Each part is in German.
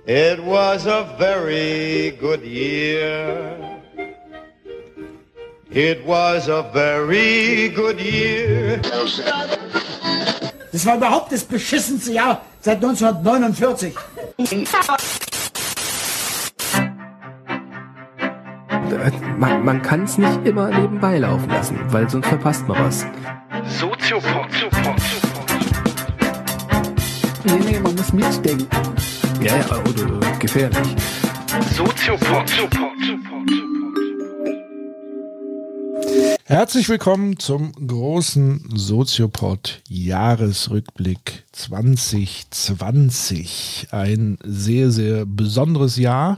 It was a very good year. It was a very good year. Das war überhaupt das beschissenste Jahr seit 1949. Man kann es nicht immer nebenbei laufen lassen, weil sonst verpasst man was. Soziopod. Nee, man muss mitdenken. Ja, oder gefährlich. Soziopod. Herzlich willkommen zum großen Soziopod-Jahresrückblick 2020. Ein sehr, sehr besonderes Jahr.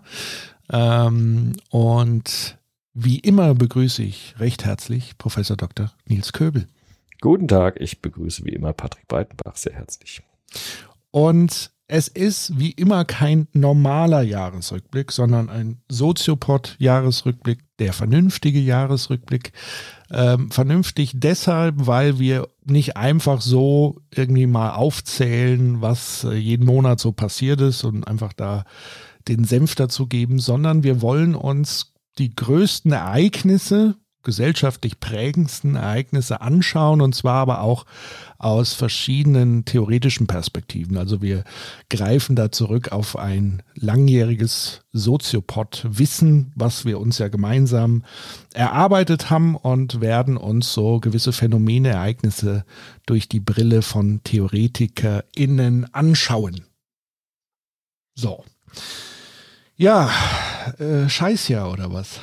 Und wie immer begrüße ich recht herzlich Professor Dr. Nils Köbel. Guten Tag, ich begrüße wie immer Patrick Breitenbach sehr herzlich. Und es ist wie immer kein normaler Jahresrückblick, sondern ein Soziopod-Jahresrückblick, der vernünftige Jahresrückblick. Vernünftig deshalb, weil wir nicht einfach so irgendwie mal aufzählen, was jeden Monat so passiert ist und einfach da den Senf dazu geben, sondern wir wollen uns die größten Ereignisse, gesellschaftlich prägendsten Ereignisse anschauen, und zwar aber auch aus verschiedenen theoretischen Perspektiven. Also wir greifen da zurück auf ein langjähriges Soziopod-Wissen, was wir uns ja gemeinsam erarbeitet haben, und werden uns so gewisse Phänomene, Ereignisse durch die Brille von TheoretikerInnen anschauen. So. Ja, Scheißjahr oder was?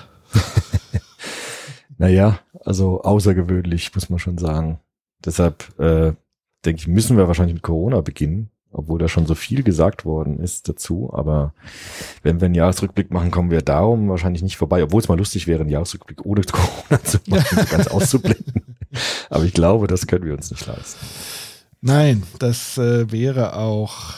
Naja, also außergewöhnlich, muss man schon sagen. Deshalb denke ich, müssen wir wahrscheinlich mit Corona beginnen, obwohl da schon so viel gesagt worden ist dazu. Aber wenn wir einen Jahresrückblick machen, kommen wir darum wahrscheinlich nicht vorbei, obwohl es mal lustig wäre, einen Jahresrückblick ohne Corona zu machen, so ganz auszublenden. Aber ich glaube, das können wir uns nicht leisten. Nein, das wäre auch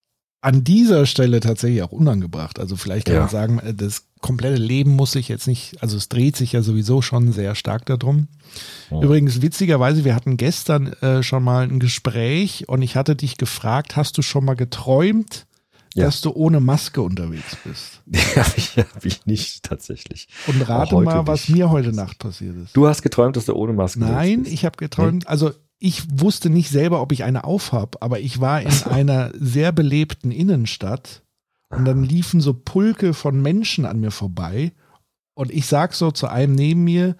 an dieser Stelle tatsächlich auch unangebracht. Also vielleicht kann man sagen, das komplette Leben muss sich jetzt nicht, also es dreht sich ja sowieso schon sehr stark darum. Ja. Übrigens, witzigerweise, wir hatten gestern schon mal ein Gespräch und ich hatte dich gefragt, hast du schon mal geträumt, dass du ohne Maske unterwegs bist? Hab ich nicht tatsächlich. Und rate mal, was mir heute Nacht passiert ist. Du hast geträumt, dass du ohne Maske bist? Nein, ich habe geträumt, also ich wusste nicht selber, ob ich eine aufhab, aber ich war in einer sehr belebten Innenstadt und dann liefen so Pulke von Menschen an mir vorbei und ich sag so zu einem neben mir,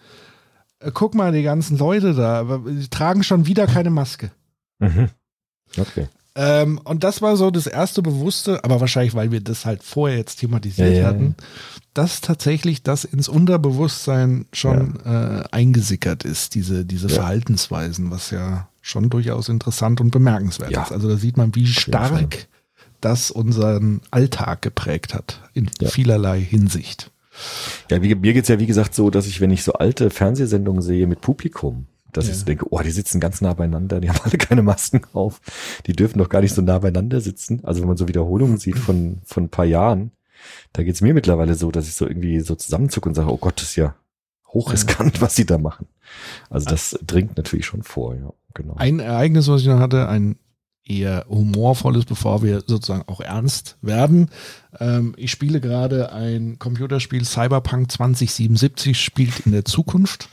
guck mal, die ganzen Leute da, die tragen schon wieder keine Maske. Mhm. Okay. Und das war so das erste Bewusste, aber wahrscheinlich, weil wir das halt vorher jetzt thematisiert hatten, dass tatsächlich das ins Unterbewusstsein schon eingesickert ist, diese Verhaltensweisen, was ja schon durchaus interessant und bemerkenswert ist. Also da sieht man, wie stark das unseren Alltag geprägt hat, in vielerlei Hinsicht. Ja, mir geht's ja wie gesagt so, dass ich, wenn ich so alte Fernsehsendungen sehe mit Publikum, dass ich so denke, die sitzen ganz nah beieinander, die haben alle keine Masken auf, die dürfen doch gar nicht so nah beieinander sitzen. Also wenn man so Wiederholungen sieht von ein paar Jahren, da geht's mir mittlerweile so, dass ich so irgendwie so zusammenzucke und sage, oh Gott, das ist ja hochriskant, was sie da machen. Also das dringt natürlich schon vor, ja, genau. Ein Ereignis, was ich noch hatte, ein eher humorvolles, bevor wir sozusagen auch ernst werden. Ich spiele gerade ein Computerspiel, Cyberpunk 2077 spielt in der Zukunft.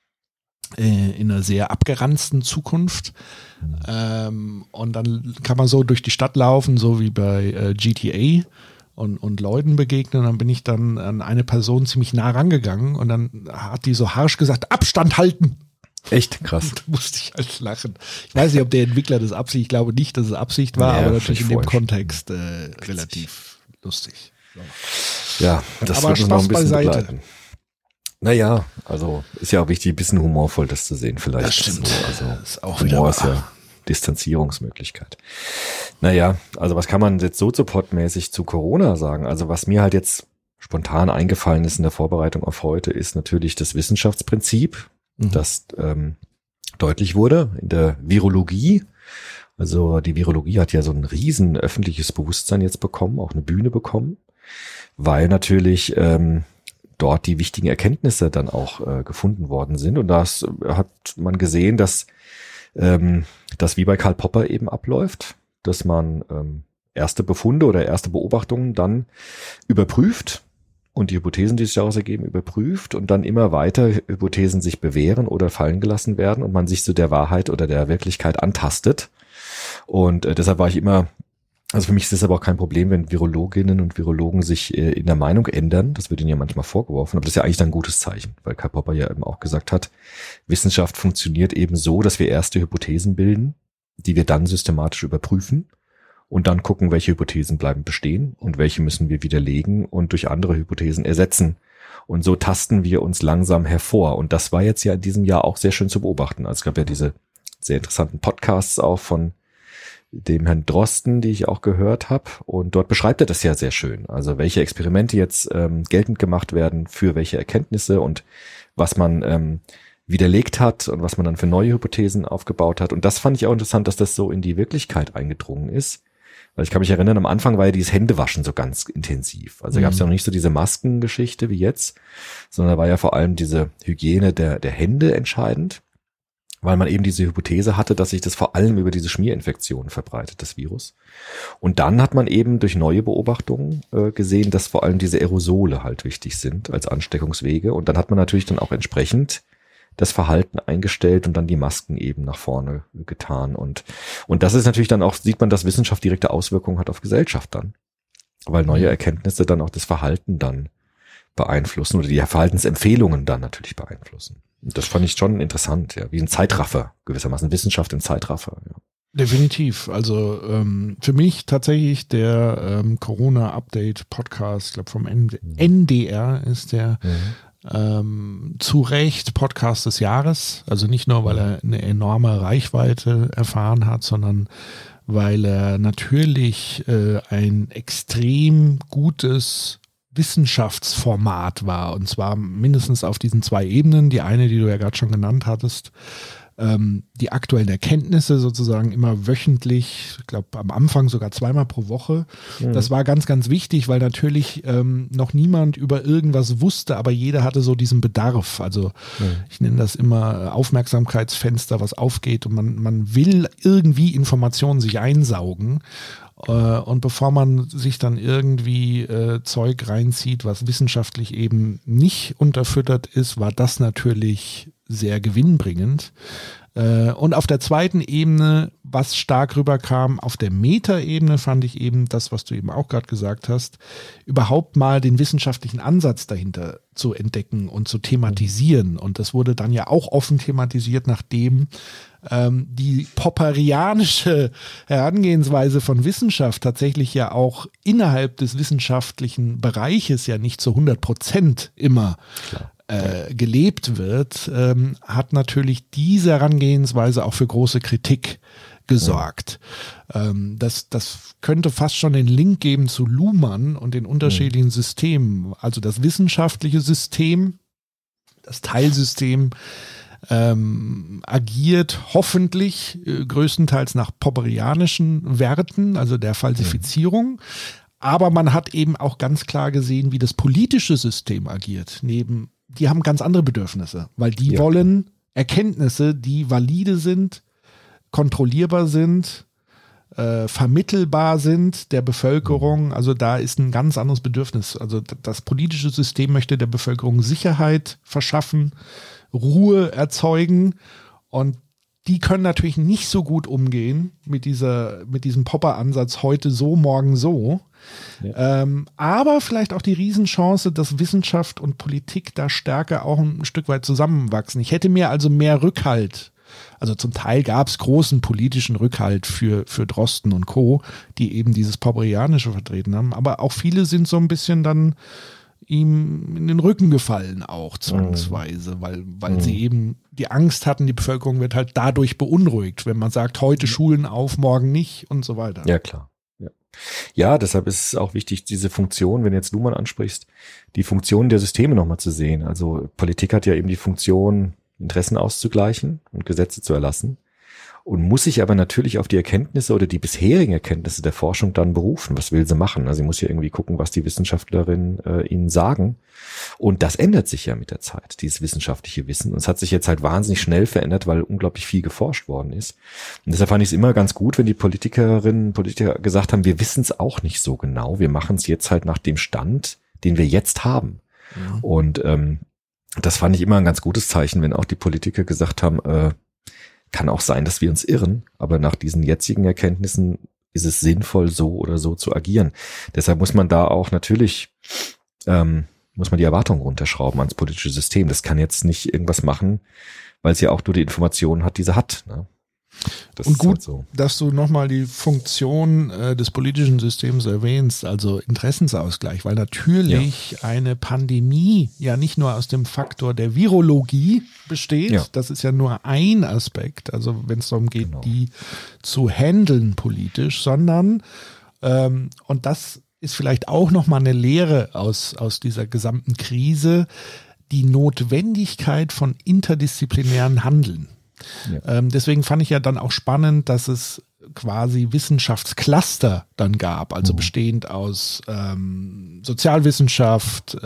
In einer sehr abgeranzten Zukunft. Und dann kann man so durch die Stadt laufen, so wie bei GTA und Leuten begegnen. Und dann bin ich dann an eine Person ziemlich nah rangegangen und dann hat die so harsch gesagt, Abstand halten. Echt krass. Da musste ich halt lachen. Ich weiß nicht, ob der Entwickler das Absicht, ich glaube nicht, dass es Absicht war, aber natürlich in dem Kontext relativ lustig. So. Ja, das aber wird uns noch ein bisschen beiseite. begleiten. Naja, also ist ja auch wichtig, ein bisschen humorvoll das zu sehen vielleicht. Das stimmt. So, also das ist auch Humor wieder ist ja Distanzierungsmöglichkeit. Naja, also was kann man jetzt Soziopod-mäßig zu Corona sagen? Also was mir halt jetzt spontan eingefallen ist in der Vorbereitung auf heute, ist natürlich das Wissenschaftsprinzip, das deutlich wurde in der Virologie. Also die Virologie hat ja so ein riesen öffentliches Bewusstsein jetzt bekommen, auch eine Bühne bekommen, weil natürlich dort die wichtigen Erkenntnisse dann auch gefunden worden sind. Und das hat man gesehen, dass das wie bei Karl Popper eben abläuft, dass man erste Befunde oder erste Beobachtungen dann überprüft und die Hypothesen, die sich daraus ergeben, überprüft und dann immer weiter Hypothesen sich bewähren oder fallen gelassen werden und man sich so der Wahrheit oder der Wirklichkeit antastet. Und deshalb war ich immer, also für mich ist es aber auch kein Problem, wenn Virologinnen und Virologen sich in der Meinung ändern. Das wird ihnen ja manchmal vorgeworfen, aber das ist ja eigentlich dann ein gutes Zeichen, weil Karl Popper ja eben auch gesagt hat, Wissenschaft funktioniert eben so, dass wir erste Hypothesen bilden, die wir dann systematisch überprüfen und dann gucken, welche Hypothesen bleiben bestehen und welche müssen wir widerlegen und durch andere Hypothesen ersetzen. Und so tasten wir uns langsam hervor. Und das war jetzt ja in diesem Jahr auch sehr schön zu beobachten. Also es gab ja diese sehr interessanten Podcasts auch von dem Herrn Drosten, die ich auch gehört habe. Und dort beschreibt er das ja sehr schön. Also welche Experimente jetzt geltend gemacht werden für welche Erkenntnisse und was man widerlegt hat und was man dann für neue Hypothesen aufgebaut hat. Und das fand ich auch interessant, dass das so in die Wirklichkeit eingedrungen ist. Weil ich kann mich erinnern, am Anfang war ja dieses Händewaschen so ganz intensiv. Also gab es ja noch nicht so diese Maskengeschichte wie jetzt, sondern da war ja vor allem diese Hygiene der Hände entscheidend, weil man eben diese Hypothese hatte, dass sich das vor allem über diese Schmierinfektionen verbreitet, das Virus. Und dann hat man eben durch neue Beobachtungen gesehen, dass vor allem diese Aerosole halt wichtig sind als Ansteckungswege. Und dann hat man natürlich dann auch entsprechend das Verhalten eingestellt und dann die Masken eben nach vorne getan. Und das ist natürlich dann auch, sieht man, dass Wissenschaft direkte Auswirkungen hat auf Gesellschaft dann. Weil neue Erkenntnisse dann auch das Verhalten dann beeinflussen oder die Verhaltensempfehlungen dann natürlich beeinflussen. Und das fand ich schon interessant, ja, wie ein Zeitraffer, gewissermaßen Wissenschaft im Zeitraffer, ja. Definitiv. Also für mich tatsächlich der Corona-Update-Podcast, ich glaube vom NDR ist der zu Recht Podcast des Jahres. Also nicht nur, weil er eine enorme Reichweite erfahren hat, sondern weil er natürlich ein extrem gutes Wissenschaftsformat war. Und zwar mindestens auf diesen zwei Ebenen. Die eine, die du ja gerade schon genannt hattest, die aktuellen Erkenntnisse sozusagen immer wöchentlich, ich glaube am Anfang sogar zweimal pro Woche. Das war ganz, ganz wichtig, weil natürlich noch niemand über irgendwas wusste, aber jeder hatte so diesen Bedarf. Also ich nenne das immer Aufmerksamkeitsfenster, was aufgeht und man will irgendwie Informationen sich einsaugen. Und bevor man sich dann irgendwie Zeug reinzieht, was wissenschaftlich eben nicht unterfüttert ist, war das natürlich sehr gewinnbringend. Und auf der zweiten Ebene, was stark rüberkam, auf der Metaebene fand ich eben das, was du eben auch gerade gesagt hast, überhaupt mal den wissenschaftlichen Ansatz dahinter zu entdecken und zu thematisieren. Und das wurde dann ja auch offen thematisiert, nachdem die popperianische Herangehensweise von Wissenschaft tatsächlich ja auch innerhalb des wissenschaftlichen Bereiches ja nicht zu 100% immer gelebt wird, hat natürlich diese Herangehensweise auch für große Kritik gesorgt. Das könnte fast schon den Link geben zu Luhmann und den unterschiedlichen Systemen. Also das wissenschaftliche System, das Teilsystem, agiert hoffentlich größtenteils nach popperianischen Werten, also der Falsifizierung. Aber man hat eben auch ganz klar gesehen, wie das politische System agiert. Die haben ganz andere Bedürfnisse, weil die wollen Erkenntnisse, die valide sind, kontrollierbar sind, vermittelbar sind der Bevölkerung. Also da ist ein ganz anderes Bedürfnis. Also das politische System möchte der Bevölkerung Sicherheit verschaffen, Ruhe erzeugen und die können natürlich nicht so gut umgehen mit diesem Popper-Ansatz heute so, morgen so. Ja. Aber vielleicht auch die Riesenchance, dass Wissenschaft und Politik da stärker auch ein Stück weit zusammenwachsen. Ich hätte mir also mehr Rückhalt. Also zum Teil gab es großen politischen Rückhalt für Drosten und Co., die eben dieses Popperianische vertreten haben. Aber auch viele sind so ein bisschen dann ihm in den Rücken gefallen auch zwangsweise, weil sie eben die Angst hatten, die Bevölkerung wird halt dadurch beunruhigt, wenn man sagt, heute Schulen auf, morgen nicht und so weiter. Ja, klar. Ja, deshalb ist es auch wichtig, diese Funktion, wenn du jetzt Luhmann ansprichst, die Funktion der Systeme nochmal zu sehen. Also Politik hat ja eben die Funktion, Interessen auszugleichen und Gesetze zu erlassen. und muss sich aber natürlich auf die Erkenntnisse oder die bisherigen Erkenntnisse der Forschung dann berufen. Was will sie machen? Also sie muss ja irgendwie gucken, was die Wissenschaftlerinnen ihnen sagen. Und das ändert sich ja mit der Zeit, dieses wissenschaftliche Wissen. Und es hat sich jetzt halt wahnsinnig schnell verändert, weil unglaublich viel geforscht worden ist. Und deshalb fand ich es immer ganz gut, wenn die Politikerinnen und Politiker gesagt haben, wir wissen es auch nicht so genau. Wir machen es jetzt halt nach dem Stand, den wir jetzt haben. Ja. Und das fand ich immer ein ganz gutes Zeichen, wenn auch die Politiker gesagt haben, kann auch sein, dass wir uns irren, aber nach diesen jetzigen Erkenntnissen ist es sinnvoll, so oder so zu agieren. Deshalb muss man da auch natürlich, muss man die Erwartungen runterschrauben ans politische System. Das kann jetzt nicht irgendwas machen, weil es ja auch nur die Informationen hat, die sie hat. Ne? Das und gut, halt so. Dass du nochmal die Funktion des politischen Systems erwähnst, also Interessensausgleich, weil natürlich eine Pandemie ja nicht nur aus dem Faktor der Virologie besteht, das ist ja nur ein Aspekt, also wenn es darum geht, die zu handeln politisch, sondern, und das ist vielleicht auch nochmal eine Lehre aus dieser gesamten Krise, die Notwendigkeit von interdisziplinären Handeln. Ja. Deswegen fand ich ja dann auch spannend, dass es quasi Wissenschaftscluster dann gab, also bestehend aus Sozialwissenschaft,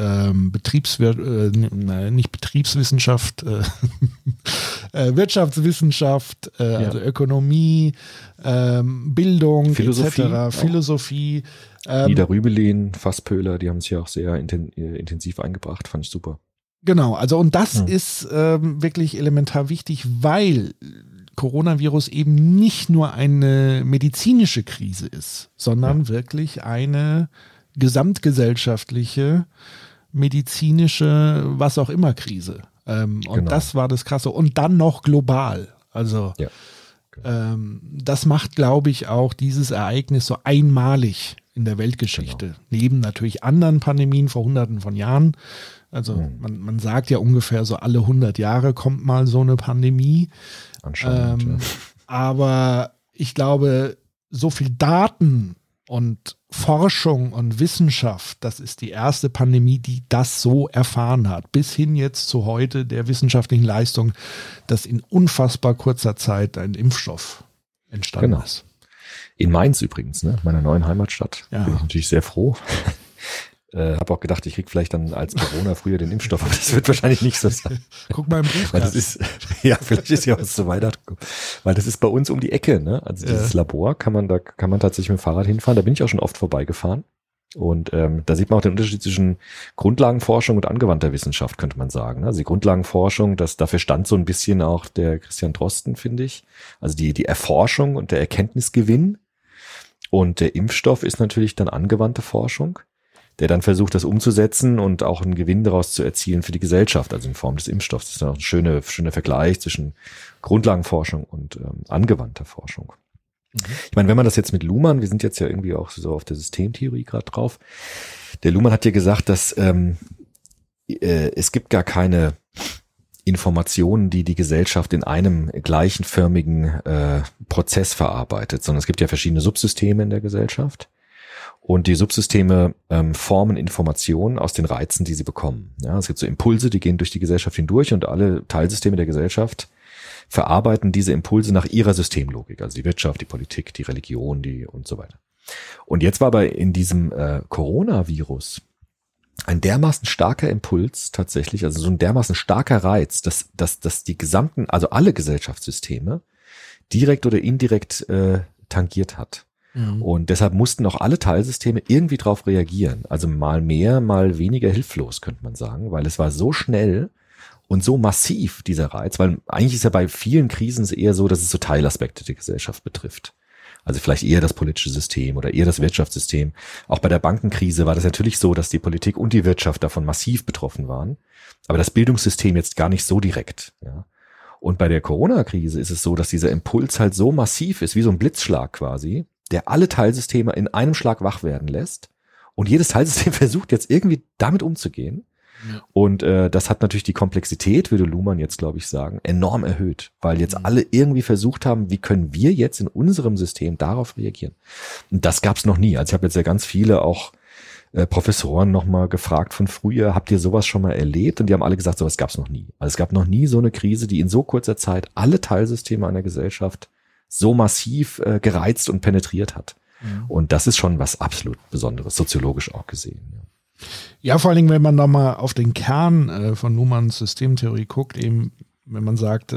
Wirtschaftswissenschaft, also Ökonomie, Bildung, Philosophie, etc., Philosophie. Ida Rübelin, Fasspöhler, die haben es ja auch sehr intensiv eingebracht, fand ich super. Genau, also und das ist wirklich elementar wichtig, weil Coronavirus eben nicht nur eine medizinische Krise ist, sondern wirklich eine gesamtgesellschaftliche, medizinische, was auch immer Krise. Und das war das Krasse. Und dann noch global. Also das macht, glaube ich, auch dieses Ereignis so einmalig in der Weltgeschichte. Neben natürlich anderen Pandemien vor Hunderten von Jahren. Also man sagt ja ungefähr so alle 100 Jahre kommt mal so eine Pandemie. Anscheinend, aber ich glaube, so viel Daten und Forschung und Wissenschaft, das ist die erste Pandemie, die das so erfahren hat. Bis hin jetzt zu heute der wissenschaftlichen Leistung, dass in unfassbar kurzer Zeit ein Impfstoff entstanden ist. In Mainz übrigens, ne, meiner neuen Heimatstadt. Bin ich natürlich sehr froh. Habe auch gedacht, ich krieg vielleicht dann als Bewohner früher den Impfstoff, aber das wird wahrscheinlich nicht so sein. Guck mal im Briefkasten. Weil das ist, vielleicht ist ja was zu Weihnachten. Weil das ist bei uns um die Ecke, ne? Also dieses Labor kann man tatsächlich mit dem Fahrrad hinfahren. Da bin ich auch schon oft vorbeigefahren. Und da sieht man auch den Unterschied zwischen Grundlagenforschung und angewandter Wissenschaft, könnte man sagen. Also die Grundlagenforschung, dafür stand so ein bisschen auch der Christian Drosten, finde ich. Also die Erforschung und der Erkenntnisgewinn. Und der Impfstoff ist natürlich dann angewandte Forschung, der dann versucht, das umzusetzen und auch einen Gewinn daraus zu erzielen für die Gesellschaft, also in Form des Impfstoffs. Das ist dann auch ein schöner Vergleich zwischen Grundlagenforschung und angewandter Forschung. Ich meine, wenn man das jetzt mit Luhmann, wir sind jetzt ja irgendwie auch so auf der Systemtheorie gerade drauf, der Luhmann hat ja gesagt, dass es gibt gar keine Informationen, die Gesellschaft in einem gleichenförmigen Prozess verarbeitet, sondern es gibt ja verschiedene Subsysteme in der Gesellschaft. Und die Subsysteme formen Informationen aus den Reizen, die sie bekommen. Ja, es gibt so Impulse, die gehen durch die Gesellschaft hindurch und alle Teilsysteme der Gesellschaft verarbeiten diese Impulse nach ihrer Systemlogik. Also die Wirtschaft, die Politik, die Religion, und so weiter. Und jetzt war aber in diesem Coronavirus ein dermaßen starker Impuls tatsächlich, also so ein dermaßen starker Reiz, dass die gesamten, also alle Gesellschaftssysteme direkt oder indirekt tangiert hat. Und deshalb mussten auch alle Teilsysteme irgendwie drauf reagieren. Also mal mehr, mal weniger hilflos, könnte man sagen, weil es war so schnell und so massiv, dieser Reiz, weil eigentlich ist ja bei vielen Krisen eher so, dass es so Teilaspekte der Gesellschaft betrifft. Also vielleicht eher das politische System oder eher das Wirtschaftssystem. Auch bei der Bankenkrise war das natürlich so, dass die Politik und die Wirtschaft davon massiv betroffen waren. Aber das Bildungssystem jetzt gar nicht so direkt, ja. Und bei der Corona-Krise ist es so, dass dieser Impuls halt so massiv ist, wie so ein Blitzschlag quasi, der alle Teilsysteme in einem Schlag wach werden lässt. Und jedes Teilsystem versucht jetzt irgendwie damit umzugehen. Ja. Und das hat natürlich die Komplexität, würde Luhmann jetzt, glaube ich, sagen, enorm erhöht. Weil jetzt alle irgendwie versucht haben, wie können wir jetzt in unserem System darauf reagieren? Und das gab es noch nie. Also ich habe jetzt ja ganz viele auch Professoren nochmal gefragt von früher, habt ihr sowas schon mal erlebt? Und die haben alle gesagt, sowas gab es noch nie. Also es gab noch nie so eine Krise, die in so kurzer Zeit alle Teilsysteme einer Gesellschaft so massiv gereizt und penetriert hat. Und das ist schon was absolut Besonderes, soziologisch auch gesehen. Ja, vor allen Dingen, wenn man da mal auf den Kern von Luhmanns Systemtheorie guckt, eben wenn man sagt,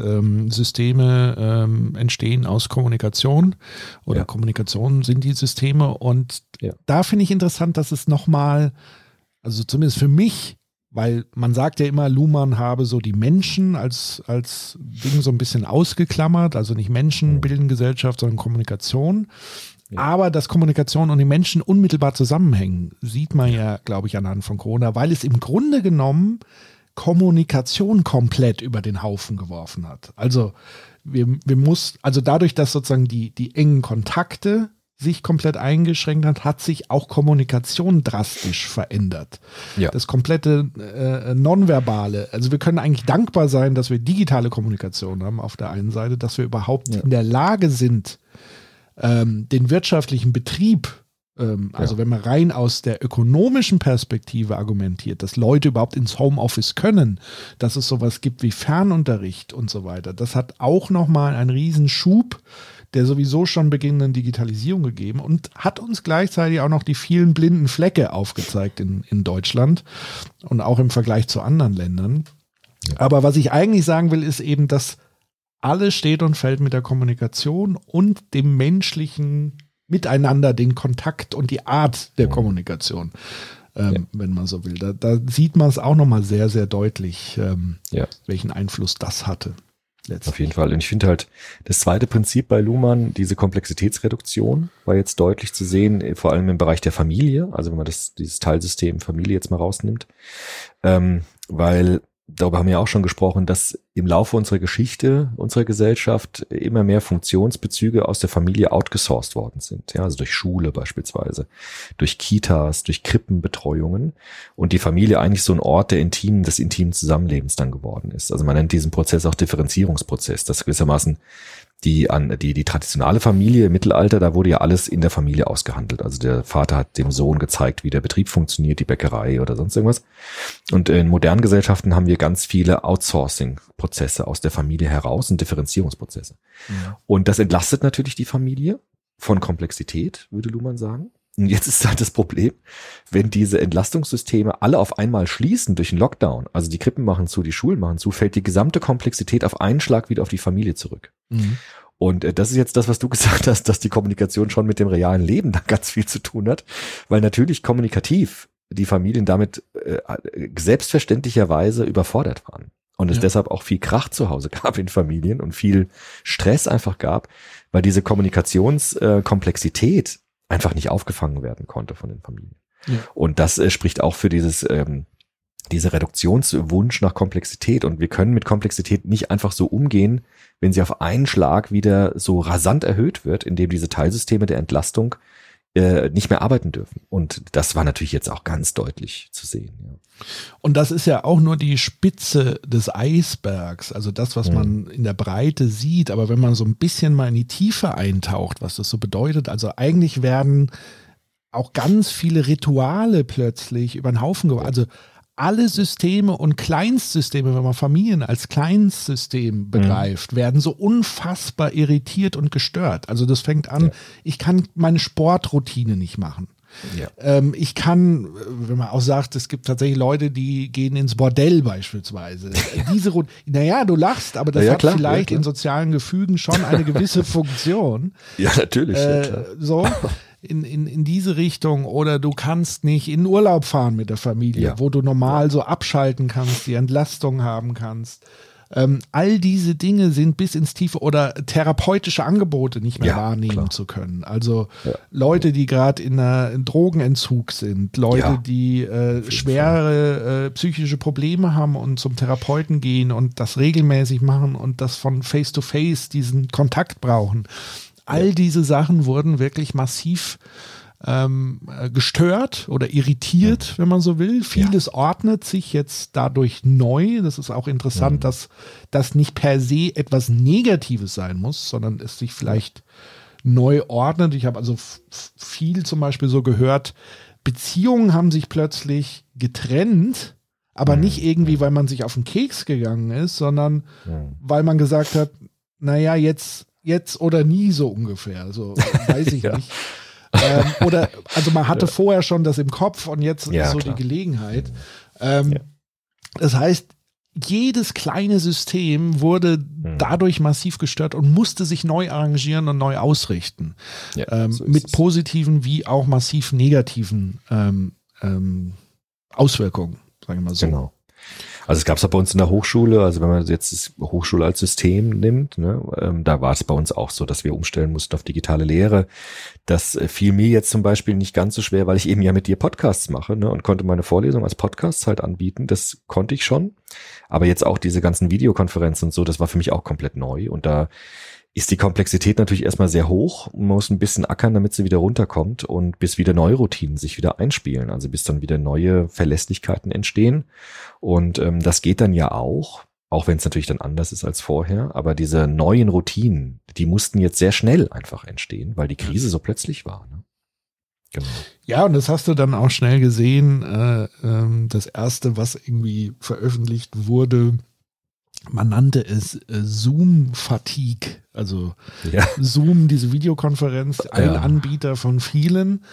Systeme entstehen aus Kommunikation oder Kommunikation sind die Systeme und da finde ich interessant, dass es nochmal, also zumindest für mich, weil man sagt ja immer, Luhmann habe so die Menschen als Ding so ein bisschen ausgeklammert, also nicht Menschen bilden Gesellschaft, sondern Kommunikation. Aber dass Kommunikation und die Menschen unmittelbar zusammenhängen, sieht man ja, glaube ich, anhand von Corona, weil es im Grunde genommen Kommunikation komplett über den Haufen geworfen hat. Also also dadurch, dass sozusagen die engen Kontakte sich komplett eingeschränkt hat sich auch Kommunikation drastisch verändert. Ja. Das komplette Nonverbale. Also wir können eigentlich dankbar sein, dass wir digitale Kommunikation haben auf der einen Seite, dass wir überhaupt in der Lage sind, den wirtschaftlichen Betrieb, also wenn man rein aus der ökonomischen Perspektive argumentiert, dass Leute überhaupt ins Homeoffice können, dass es sowas gibt wie Fernunterricht und so weiter, das hat auch nochmal einen Riesenschub der sowieso schon beginnenden Digitalisierung gegeben und hat uns gleichzeitig auch noch die vielen blinden Flecke aufgezeigt in Deutschland und auch im Vergleich zu anderen Ländern. Aber was ich eigentlich sagen will, ist eben, dass alles steht und fällt mit der Kommunikation und dem menschlichen Miteinander, den Kontakt und die Art der Kommunikation, wenn man so will. Da sieht man es auch nochmal sehr, sehr deutlich, welchen Einfluss das hatte. Auf jeden Fall. Und ich finde halt, das zweite Prinzip bei Luhmann, diese Komplexitätsreduktion, war jetzt deutlich zu sehen, vor allem im Bereich der Familie, also wenn man dieses Teilsystem Familie jetzt mal rausnimmt, weil darüber haben wir ja auch schon gesprochen, dass im Laufe unserer Geschichte, unserer Gesellschaft immer mehr Funktionsbezüge aus der Familie outgesourced worden sind. Ja, also durch Schule beispielsweise, durch Kitas, durch Krippenbetreuungen und die Familie eigentlich so ein Ort des intimen Zusammenlebens dann geworden ist. Also man nennt diesen Prozess auch Differenzierungsprozess, dass gewissermaßen die traditionelle Familie im Mittelalter, da wurde ja alles in der Familie ausgehandelt. Also der Vater hat dem Sohn gezeigt, wie der Betrieb funktioniert, die Bäckerei oder sonst irgendwas. Und in modernen Gesellschaften haben wir ganz viele Outsourcing-Prozesse aus der Familie heraus und Differenzierungsprozesse. Ja. Und das entlastet natürlich die Familie von Komplexität, würde Luhmann sagen. Und jetzt ist halt das Problem, wenn diese Entlastungssysteme alle auf einmal schließen durch einen Lockdown, also die Krippen machen zu, die Schulen machen zu, fällt die gesamte Komplexität auf einen Schlag wieder auf die Familie zurück. Mhm. Und das ist jetzt das, was du gesagt hast, dass die Kommunikation schon mit dem realen Leben da ganz viel zu tun hat, weil natürlich kommunikativ die Familien damit selbstverständlicherweise überfordert waren. Und es deshalb auch viel Krach zu Hause gab in Familien und viel Stress einfach gab, weil diese Kommunikationskomplexität einfach nicht aufgefangen werden konnte von den Familien. Ja. Und das spricht auch für diese Reduktionswunsch nach Komplexität. Und wir können mit Komplexität nicht einfach so umgehen, wenn sie auf einen Schlag wieder so rasant erhöht wird, indem diese Teilsysteme der Entlastung nicht mehr arbeiten dürfen. Und das war natürlich jetzt auch ganz deutlich zu sehen. Ja. Und das ist ja auch nur die Spitze des Eisbergs, also das, was man in der Breite sieht. Aber wenn man so ein bisschen mal in die Tiefe eintaucht, was das so bedeutet, also eigentlich werden auch ganz viele Rituale plötzlich über den Haufen geworfen. Also alle Systeme und Kleinstsysteme, wenn man Familien als Kleinstsystem begreift, werden so unfassbar irritiert und gestört. Also das fängt an, ich kann meine Sportroutine nicht machen. Ja. Ich kann, wenn man auch sagt, es gibt tatsächlich Leute, die gehen ins Bordell beispielsweise. Naja, du lachst, aber das hat klar, vielleicht in sozialen Gefügen schon eine gewisse Funktion. Ja, natürlich. Klar. So. In diese Richtung, oder du kannst nicht in Urlaub fahren mit der Familie, wo du normal so abschalten kannst, die Entlastung haben kannst. All diese Dinge sind bis ins Tiefe oder therapeutische Angebote nicht mehr wahrnehmen zu können. Also Leute, die gerade in Drogenentzug sind, Leute, die schwere psychische Probleme haben und zum Therapeuten gehen und das regelmäßig machen und das von Face-to-Face diesen Kontakt brauchen. All diese Sachen wurden wirklich massiv gestört oder irritiert, wenn man so will. Vieles ordnet sich jetzt dadurch neu. Das ist auch interessant, dass das nicht per se etwas Negatives sein muss, sondern es sich vielleicht neu ordnet. Ich habe also viel zum Beispiel so gehört, Beziehungen haben sich plötzlich getrennt, aber nicht irgendwie, weil man sich auf den Keks gegangen ist, sondern weil man gesagt hat, naja, jetzt jetzt oder nie so ungefähr. So weiß ich nicht. Oder also man hatte vorher schon das im Kopf und jetzt ist so die Gelegenheit. Das heißt, jedes kleine System wurde dadurch massiv gestört und musste sich neu arrangieren und neu ausrichten. So mit positiven wie auch massiv negativen Auswirkungen, sagen wir mal so. Genau. Also es gab es bei uns in der Hochschule, also wenn man jetzt das Hochschule als System nimmt, ne, da war es bei uns auch so, dass wir umstellen mussten auf digitale Lehre. Das fiel mir jetzt zum Beispiel nicht ganz so schwer, weil ich eben ja mit dir Podcasts mache, ne, und konnte meine Vorlesung als Podcasts halt anbieten. Das konnte ich schon. Aber jetzt auch diese ganzen Videokonferenzen und so, das war für mich auch komplett neu. Und da ist die Komplexität natürlich erstmal sehr hoch. Man muss ein bisschen ackern, damit sie wieder runterkommt und bis wieder neue Routinen sich wieder einspielen. Also bis dann wieder neue Verlässlichkeiten entstehen. Und das geht dann ja auch wenn es natürlich dann anders ist als vorher. Aber diese neuen Routinen, die mussten jetzt sehr schnell einfach entstehen, weil die Krise so plötzlich war. Ne? Genau. Ja, und das hast du dann auch schnell gesehen. Das erste, was irgendwie veröffentlicht wurde, man nannte es Zoom-Fatigue, also Zoom, diese Videokonferenz, ein Anbieter von vielen.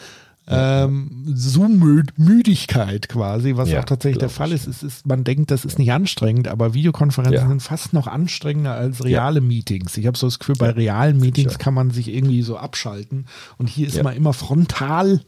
Zoom-Müdigkeit quasi, was auch tatsächlich der Fall ist. Man denkt, das ist nicht anstrengend, aber Videokonferenzen sind fast noch anstrengender als reale Meetings. Ich habe so das Gefühl, bei realen Meetings kann man sich irgendwie so abschalten und hier ist man immer frontal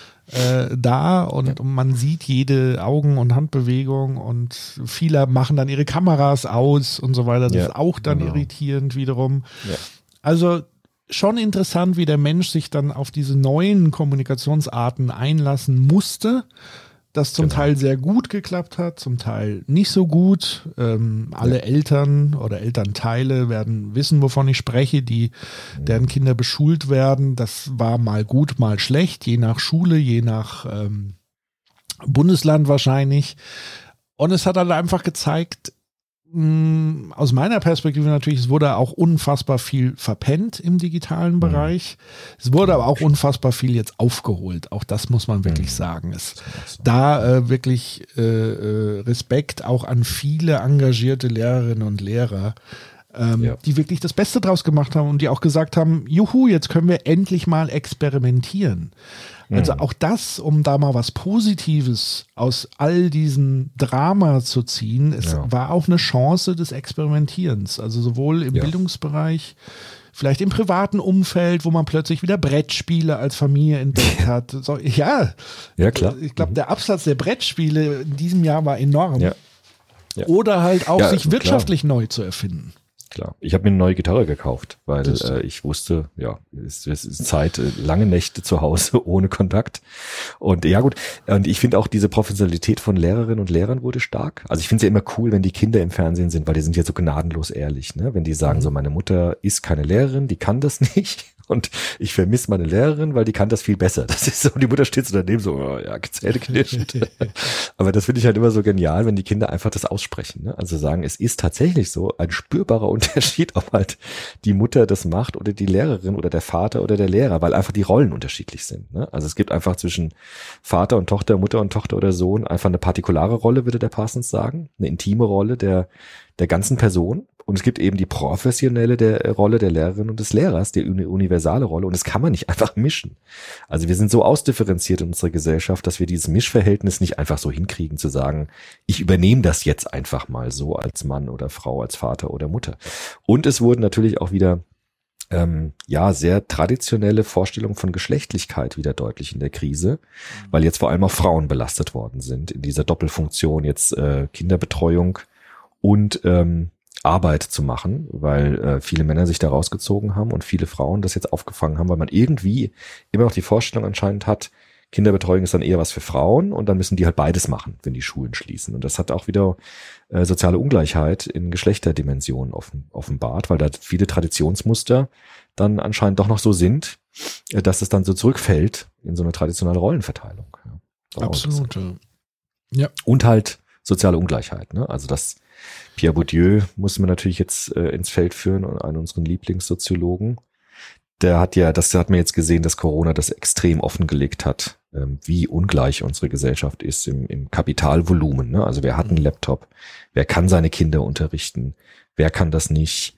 da und man sieht jede Augen- und Handbewegung und viele machen dann ihre Kameras aus und so weiter. Das ist auch dann irritierend wiederum. Ja. Also schon interessant, wie der Mensch sich dann auf diese neuen Kommunikationsarten einlassen musste, das zum Teil sehr gut geklappt hat, zum Teil nicht so gut. Alle Eltern oder Elternteile werden wissen, wovon ich spreche, deren Kinder beschult werden. Das war mal gut, mal schlecht, je nach Schule, je nach Bundesland wahrscheinlich. Und es hat halt einfach gezeigt, aus meiner Perspektive natürlich, es wurde auch unfassbar viel verpennt im digitalen Bereich. Es wurde aber auch unfassbar viel jetzt aufgeholt. Auch das muss man wirklich sagen. Wirklich Respekt auch an viele engagierte Lehrerinnen und Lehrer, die wirklich das Beste draus gemacht haben und die auch gesagt haben, juhu, jetzt können wir endlich mal experimentieren. Also auch das, um da mal was Positives aus all diesen Drama zu ziehen, es war auch eine Chance des Experimentierens. Also sowohl im Bildungsbereich, vielleicht im privaten Umfeld, wo man plötzlich wieder Brettspiele als Familie entdeckt hat. So, klar. Ich glaube, der Absatz der Brettspiele in diesem Jahr war enorm. Ja. Oder halt auch sich wirtschaftlich neu zu erfinden. Klar. Ich habe mir eine neue Gitarre gekauft, weil ich wusste, es ist Zeit, lange Nächte zu Hause ohne Kontakt. Und gut, und ich finde auch diese Professionalität von Lehrerinnen und Lehrern wurde stark. Also ich finde es ja immer cool, wenn die Kinder im Fernsehen sind, weil die sind ja so gnadenlos ehrlich, ne? Wenn die sagen so, meine Mutter ist keine Lehrerin, die kann das nicht. Und ich vermisse meine Lehrerin, weil die kann das viel besser. Das ist so, die Mutter steht so daneben so, zähneknirschend. Aber das finde ich halt immer so genial, wenn die Kinder einfach das aussprechen. Ne? Also sagen, es ist tatsächlich so ein spürbarer Unterschied, ob halt die Mutter das macht oder die Lehrerin oder der Vater oder der Lehrer, weil einfach die Rollen unterschiedlich sind. Ne? Also es gibt einfach zwischen Vater und Tochter, Mutter und Tochter oder Sohn einfach eine partikulare Rolle, würde der Parsons sagen, eine intime Rolle der ganzen Person. Und es gibt eben die professionelle Rolle der Lehrerin und des Lehrers, die universale Rolle. Und das kann man nicht einfach mischen. Also wir sind so ausdifferenziert in unserer Gesellschaft, dass wir dieses Mischverhältnis nicht einfach so hinkriegen, zu sagen, ich übernehme das jetzt einfach mal so als Mann oder Frau, als Vater oder Mutter. Und es wurden natürlich auch wieder sehr traditionelle Vorstellungen von Geschlechtlichkeit wieder deutlich in der Krise, weil jetzt vor allem auch Frauen belastet worden sind in dieser Doppelfunktion, jetzt Kinderbetreuung und Arbeit zu machen, weil viele Männer sich da rausgezogen haben und viele Frauen das jetzt aufgefangen haben, weil man irgendwie immer noch die Vorstellung anscheinend hat, Kinderbetreuung ist dann eher was für Frauen und dann müssen die halt beides machen, wenn die Schulen schließen. Und das hat auch wieder soziale Ungleichheit in Geschlechterdimensionen offenbart, weil da viele Traditionsmuster dann anscheinend doch noch so sind, dass es dann so zurückfällt in so eine traditionelle Rollenverteilung. Ja, absolut. Ja. Und halt soziale Ungleichheit. Ne? Also das Pierre Bourdieu muss man natürlich jetzt ins Feld führen, einen unserer Lieblingssoziologen. Der hat das hat man jetzt gesehen, dass Corona das extrem offengelegt hat, wie ungleich unsere Gesellschaft ist im Kapitalvolumen. Ne? Also wer hat einen Laptop? Wer kann seine Kinder unterrichten? Wer kann das nicht?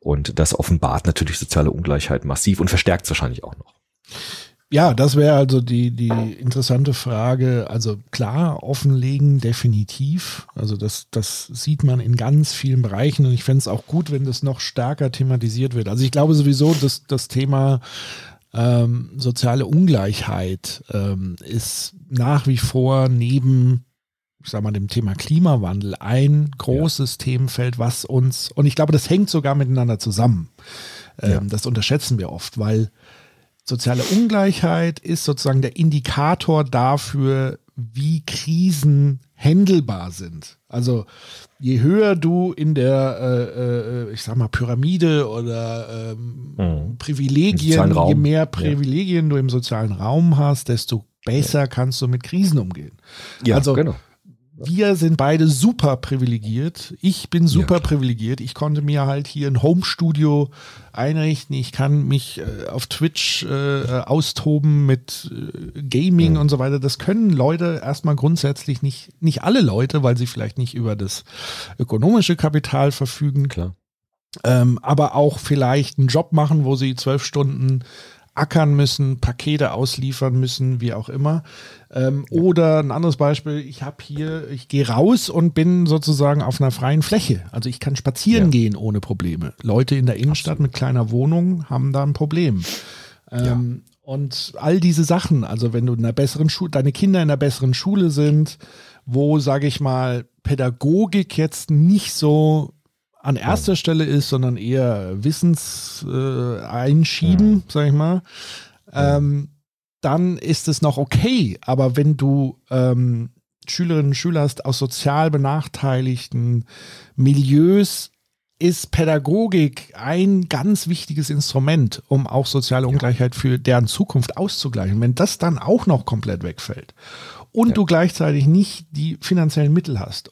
Und das offenbart natürlich soziale Ungleichheit massiv und verstärkt es wahrscheinlich auch noch. Ja, das wäre also die interessante Frage. Also klar, offenlegen definitiv. Also das sieht man in ganz vielen Bereichen und ich fände es auch gut, wenn das noch stärker thematisiert wird. Also ich glaube sowieso, dass das Thema soziale Ungleichheit ist nach wie vor neben, ich sag mal, dem Thema Klimawandel ein großes Themenfeld, was uns, und ich glaube, das hängt sogar miteinander zusammen. Das unterschätzen wir oft, weil soziale Ungleichheit ist sozusagen der Indikator dafür, wie Krisen handelbar sind. Also je höher du in der, ich sag mal, Pyramide oder Privilegien, je mehr Privilegien du im sozialen Raum hast, desto besser kannst du mit Krisen umgehen. Ja, also genau. Wir sind beide super privilegiert. Ich bin super privilegiert. Ich konnte mir halt hier ein Homestudio einrichten. Ich kann mich auf Twitch austoben mit Gaming und so weiter. Das können Leute erstmal grundsätzlich nicht alle Leute, weil sie vielleicht nicht über das ökonomische Kapital verfügen. Klar. Aber auch vielleicht einen Job machen, wo sie 12 Stunden ackern müssen, Pakete ausliefern müssen, wie auch immer. Oder ein anderes Beispiel, ich gehe raus und bin sozusagen auf einer freien Fläche. Also ich kann spazieren gehen ohne Probleme. Leute in der Innenstadt mit kleiner Wohnung haben da ein Problem. Und all diese Sachen, also wenn du in einer besseren Schule, deine Kinder in einer besseren Schule sind, wo, sage ich mal, Pädagogik jetzt nicht so an erster Stelle ist, sondern eher Wissenseinschieben, sag ich mal, dann ist es noch okay. Aber wenn du Schülerinnen und Schüler hast aus sozial benachteiligten Milieus, ist Pädagogik ein ganz wichtiges Instrument, um auch soziale Ungleichheit für deren Zukunft auszugleichen. Wenn das dann auch noch komplett wegfällt und du gleichzeitig nicht die finanziellen Mittel hast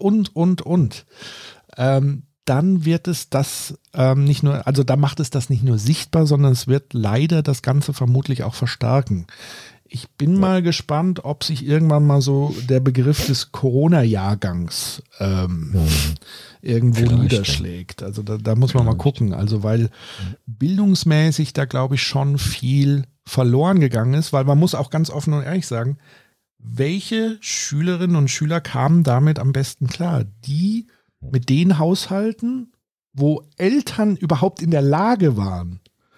dann wird es das nicht nur, also da macht es das nicht nur sichtbar, sondern es wird leider das Ganze vermutlich auch verstärken. Ich bin mal gespannt, ob sich irgendwann mal so der Begriff des Corona-Jahrgangs irgendwo niederschlägt. Also da muss man mal gucken. Also weil bildungsmäßig da glaube ich schon viel verloren gegangen ist, weil man muss auch ganz offen und ehrlich sagen, welche Schülerinnen und Schüler kamen damit am besten klar? Die mit den Haushalten, wo Eltern überhaupt in der Lage waren,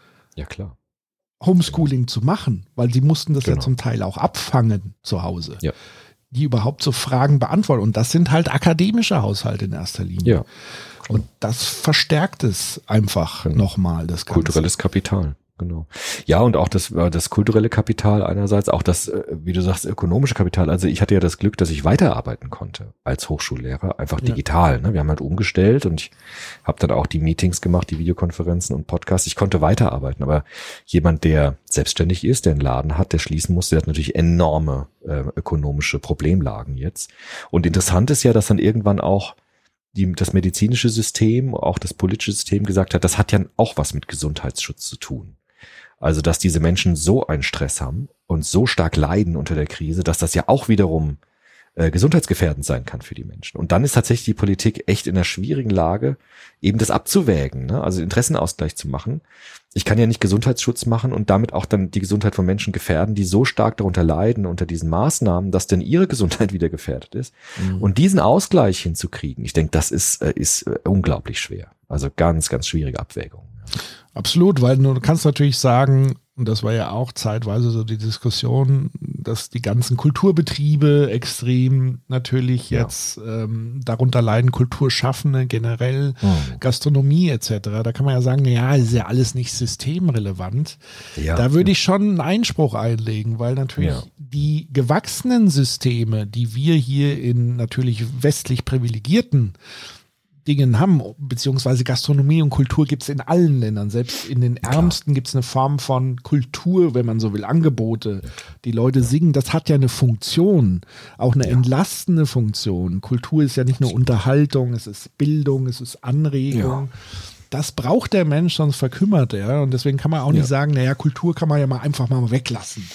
Homeschooling zu machen, weil sie mussten das ja zum Teil auch abfangen zu Hause, die überhaupt so Fragen beantworten. Und das sind halt akademische Haushalte in erster Linie. Ja. Und das verstärkt es einfach nochmal, das Ganze. Kulturelles Kapital. Genau. Ja, und auch das kulturelle Kapital einerseits, auch das, wie du sagst, ökonomische Kapital. Also ich hatte ja das Glück, dass ich weiterarbeiten konnte als Hochschullehrer, einfach digital. Ne? Wir haben halt umgestellt und ich habe dann auch die Meetings gemacht, die Videokonferenzen und Podcasts. Ich konnte weiterarbeiten, aber jemand, der selbstständig ist, der einen Laden hat, der schließen muss, der hat natürlich enorme ökonomische Problemlagen jetzt. Und interessant ist ja, dass dann irgendwann auch das medizinische System, auch das politische System gesagt hat, das hat ja auch was mit Gesundheitsschutz zu tun. Also, dass diese Menschen so einen Stress haben und so stark leiden unter der Krise, dass das ja auch wiederum gesundheitsgefährdend sein kann für die Menschen. Und dann ist tatsächlich die Politik echt in einer schwierigen Lage, eben das abzuwägen, ne? Also Interessenausgleich zu machen. Ich kann ja nicht Gesundheitsschutz machen und damit auch dann die Gesundheit von Menschen gefährden, die so stark darunter leiden unter diesen Maßnahmen, dass denn ihre Gesundheit wieder gefährdet ist. Und diesen Ausgleich hinzukriegen, ich denke, das ist unglaublich schwer. Also ganz, ganz schwierige Abwägung. Absolut, weil du kannst natürlich sagen, und das war ja auch zeitweise so die Diskussion, dass die ganzen Kulturbetriebe extrem natürlich jetzt darunter leiden, Kulturschaffende generell, Gastronomie etc. Da kann man ja sagen, naja, ist ja alles nicht systemrelevant. Ja, da würde ich schon einen Einspruch einlegen, weil natürlich die gewachsenen Systeme, die wir hier in natürlich westlich privilegierten Dingen haben, beziehungsweise Gastronomie und Kultur gibt es in allen Ländern. Selbst in den Ärmsten gibt es eine Form von Kultur, wenn man so will, Angebote. Die Leute singen, das hat ja eine Funktion, auch eine entlastende Funktion. Kultur ist ja nicht nur Unterhaltung, es ist Bildung, es ist Anregung. Das braucht der Mensch, sonst verkümmert er. Und deswegen kann man auch nicht sagen, naja, Kultur kann man ja mal einfach mal weglassen.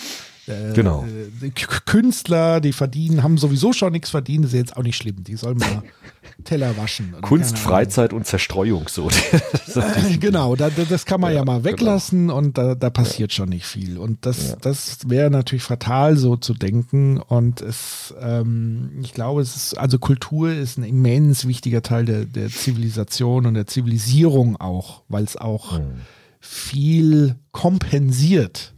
Genau. Die Künstler, die haben sowieso schon nichts verdient, ist jetzt auch nicht schlimm. Die sollen mal Teller waschen. Oder Kunst, keine Ahnung. Freizeit und Zerstreuung, so. Genau, das kann man ja mal weglassen und da passiert schon nicht viel. Und das wäre natürlich fatal, so zu denken. Und ich glaube, also Kultur ist ein immens wichtiger Teil der Zivilisation und der Zivilisierung auch, weil es auch viel kompensiert.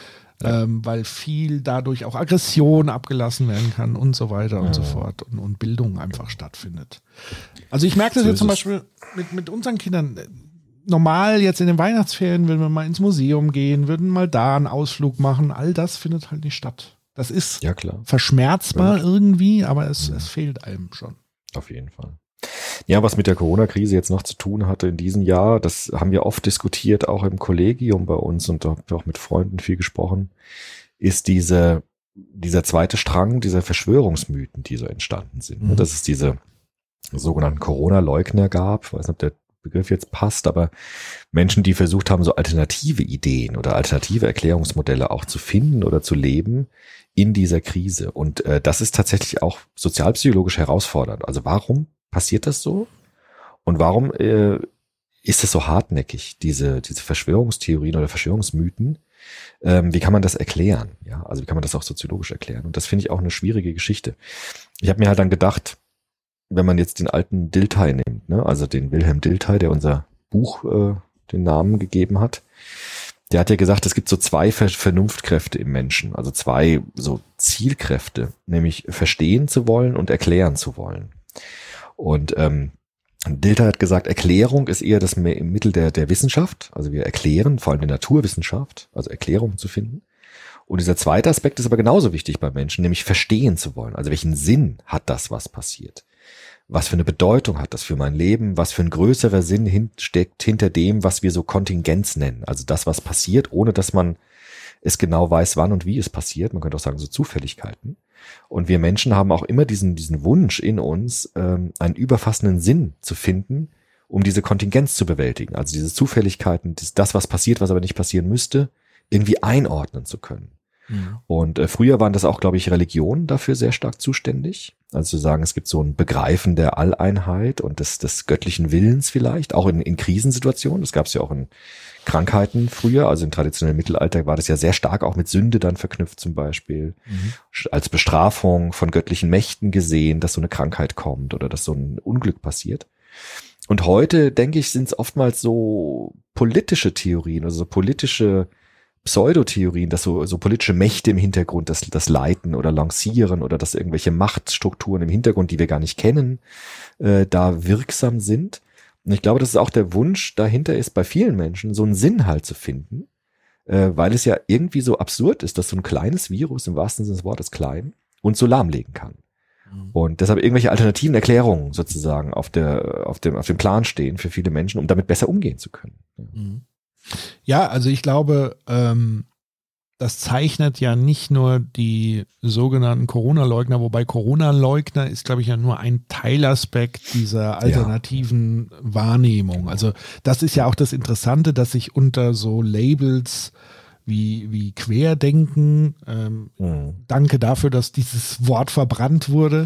Weil viel dadurch auch Aggression abgelassen werden kann und so weiter und so fort und Bildung einfach stattfindet. Also ich merke das jetzt zum Beispiel mit unseren Kindern. Normal jetzt in den Weihnachtsferien würden wir mal ins Museum gehen, würden mal da einen Ausflug machen. All das findet halt nicht statt. Das ist verschmerzbar irgendwie, aber es fehlt einem schon. Auf jeden Fall. Ja, was mit der Corona-Krise jetzt noch zu tun hatte in diesem Jahr, das haben wir oft diskutiert, auch im Kollegium bei uns und da haben wir auch mit Freunden viel gesprochen, ist dieser zweite Strang dieser Verschwörungsmythen, die so entstanden sind. Mhm. Dass es diese sogenannten Corona-Leugner gab, ich weiß nicht, ob der Begriff jetzt passt, aber Menschen, die versucht haben, so alternative Ideen oder alternative Erklärungsmodelle auch zu finden oder zu leben in dieser Krise. Und das ist tatsächlich auch sozialpsychologisch herausfordernd. Also warum passiert das so? Und warum ist es so hartnäckig, diese Verschwörungstheorien oder Verschwörungsmythen? Wie kann man das erklären? Ja, also wie kann man das auch soziologisch erklären? Und das finde ich auch eine schwierige Geschichte. Ich habe mir halt dann gedacht, wenn man jetzt den alten Dilthey nimmt, ne, also den Wilhelm Dilthey, der unser Buch den Namen gegeben hat, der hat ja gesagt, es gibt so zwei Vernunftkräfte im Menschen, also zwei so Zielkräfte, nämlich verstehen zu wollen und erklären zu wollen. Und Dilthey hat gesagt, Erklärung ist eher das Mittel der Wissenschaft. Also wir erklären, vor allem der Naturwissenschaft, also Erklärungen zu finden. Und dieser zweite Aspekt ist aber genauso wichtig bei Menschen, nämlich verstehen zu wollen. Also welchen Sinn hat das, was passiert? Was für eine Bedeutung hat das für mein Leben? Was für ein größerer Sinn steckt hinter dem, was wir so Kontingenz nennen? Also das, was passiert, ohne dass man es genau weiß, wann und wie es passiert. Man könnte auch sagen, so Zufälligkeiten. Und wir Menschen haben auch immer diesen Wunsch in uns, einen überfassenden Sinn zu finden, um diese Kontingenz zu bewältigen. Also diese Zufälligkeiten, das, was passiert, was aber nicht passieren müsste, irgendwie einordnen zu können. Mhm. Und früher waren das auch, glaube ich, Religionen dafür sehr stark zuständig. Also zu sagen, es gibt so ein Begreifen der Alleinheit und des göttlichen Willens vielleicht, auch in Krisensituationen. Das gab es ja auch in Krankheiten früher, also im traditionellen Mittelalter war das ja sehr stark auch mit Sünde dann verknüpft zum Beispiel, als Bestrafung von göttlichen Mächten gesehen, dass so eine Krankheit kommt oder dass so ein Unglück passiert. Und heute, denke ich, sind es oftmals so politische Theorien, also so politische Pseudotheorien, dass so politische Mächte im Hintergrund das leiten oder lancieren oder dass irgendwelche Machtstrukturen im Hintergrund, die wir gar nicht kennen, da wirksam sind. Und ich glaube, dass es auch der Wunsch dahinter ist, bei vielen Menschen so einen Sinn halt zu finden, weil es ja irgendwie so absurd ist, dass so ein kleines Virus, im wahrsten Sinne des Wortes klein, uns so lahmlegen kann. Mhm. Und deshalb irgendwelche alternativen Erklärungen sozusagen auf dem Plan stehen für viele Menschen, um damit besser umgehen zu können. Mhm. Ja, also ich glaube, das zeichnet ja nicht nur die sogenannten Corona-Leugner, wobei Corona-Leugner ist, glaube ich, ja nur ein Teilaspekt dieser alternativen Wahrnehmung. Also das ist ja auch das Interessante, dass sich unter so Labels wie Querdenken, danke dafür, dass dieses Wort verbrannt wurde,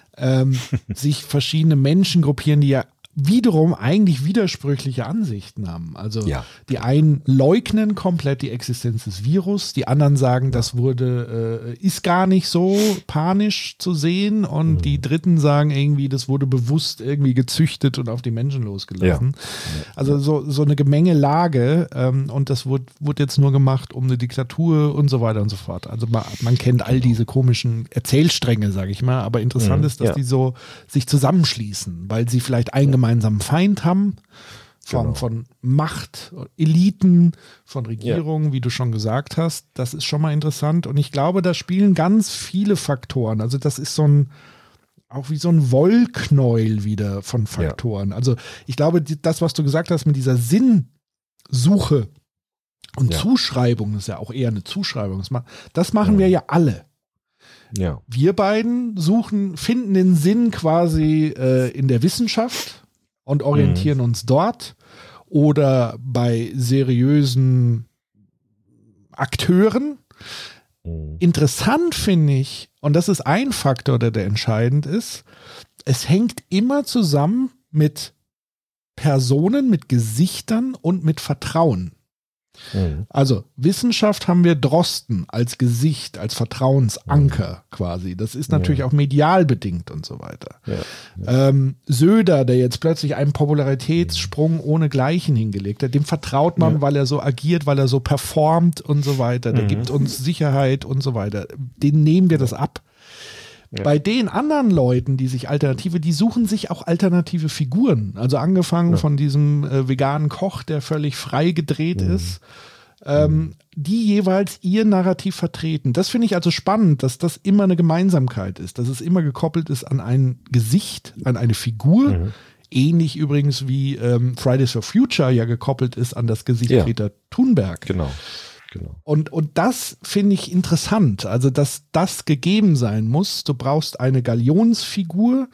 sich verschiedene Menschen gruppieren, die ja wiederum eigentlich widersprüchliche Ansichten haben. Also die einen leugnen komplett die Existenz des Virus, die anderen sagen, das ist gar nicht so panisch zu sehen und die Dritten sagen irgendwie, das wurde bewusst irgendwie gezüchtet und auf die Menschen losgelassen. Ja. Also so eine Gemengelage und das wurde jetzt nur gemacht um eine Diktatur und so weiter und so fort. Also man kennt all diese komischen Erzählstränge, sage ich mal, aber interessant ist, dass die so sich zusammenschließen, weil sie vielleicht einen gemeinsamen Feind haben, von Macht, Eliten, von Regierungen, wie du schon gesagt hast. Das ist schon mal interessant. Und ich glaube, da spielen ganz viele Faktoren. Also das ist auch wie so ein Wollknäuel wieder von Faktoren. Also ich glaube, das, was du gesagt hast mit dieser Sinnsuche und Zuschreibung, das ist ja auch eher eine Zuschreibung. Das machen wir ja alle. Ja. Wir beiden finden den Sinn quasi in der Wissenschaft und orientieren uns dort oder bei seriösen Akteuren. Interessant finde ich, und das ist ein Faktor, der entscheidend ist, es hängt immer zusammen mit Personen, mit Gesichtern und mit Vertrauen. Also Wissenschaft haben wir Drosten als Gesicht, als Vertrauensanker quasi. Das ist natürlich auch medial bedingt und so weiter. Söder, der jetzt plötzlich einen Popularitätssprung ohne Gleichen hingelegt hat, dem vertraut man, weil er so agiert, weil er so performt und so weiter. Der gibt uns Sicherheit und so weiter. Den nehmen wir das ab. Bei den anderen Leuten, die suchen sich auch alternative Figuren. Also angefangen von diesem veganen Koch, der völlig frei gedreht ist, die jeweils ihr Narrativ vertreten. Das finde ich also spannend, dass das immer eine Gemeinsamkeit ist, dass es immer gekoppelt ist an ein Gesicht, an eine Figur. Ähnlich übrigens wie Fridays for Future ja gekoppelt ist an das Gesicht Greta Thunberg. Genau. Und das finde ich interessant, also dass das gegeben sein muss. Du brauchst eine Galionsfigur,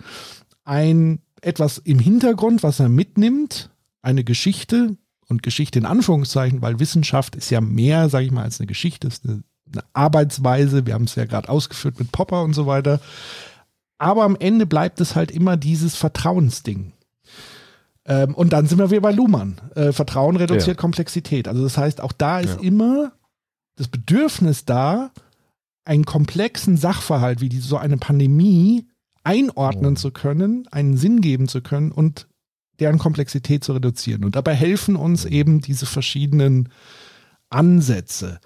etwas im Hintergrund, was er mitnimmt, eine Geschichte und Geschichte in Anführungszeichen, weil Wissenschaft ist ja mehr, sage ich mal, als eine Geschichte, ist eine Arbeitsweise. Wir haben es ja gerade ausgeführt mit Popper und so weiter. Aber am Ende bleibt es halt immer dieses Vertrauensding. Und dann sind wir wieder bei Luhmann. Vertrauen reduziert Komplexität. Also das heißt, auch da ist immer das Bedürfnis da, einen komplexen Sachverhalt wie so eine Pandemie einordnen zu können, einen Sinn geben zu können und deren Komplexität zu reduzieren. Und dabei helfen uns eben diese verschiedenen Ansätze.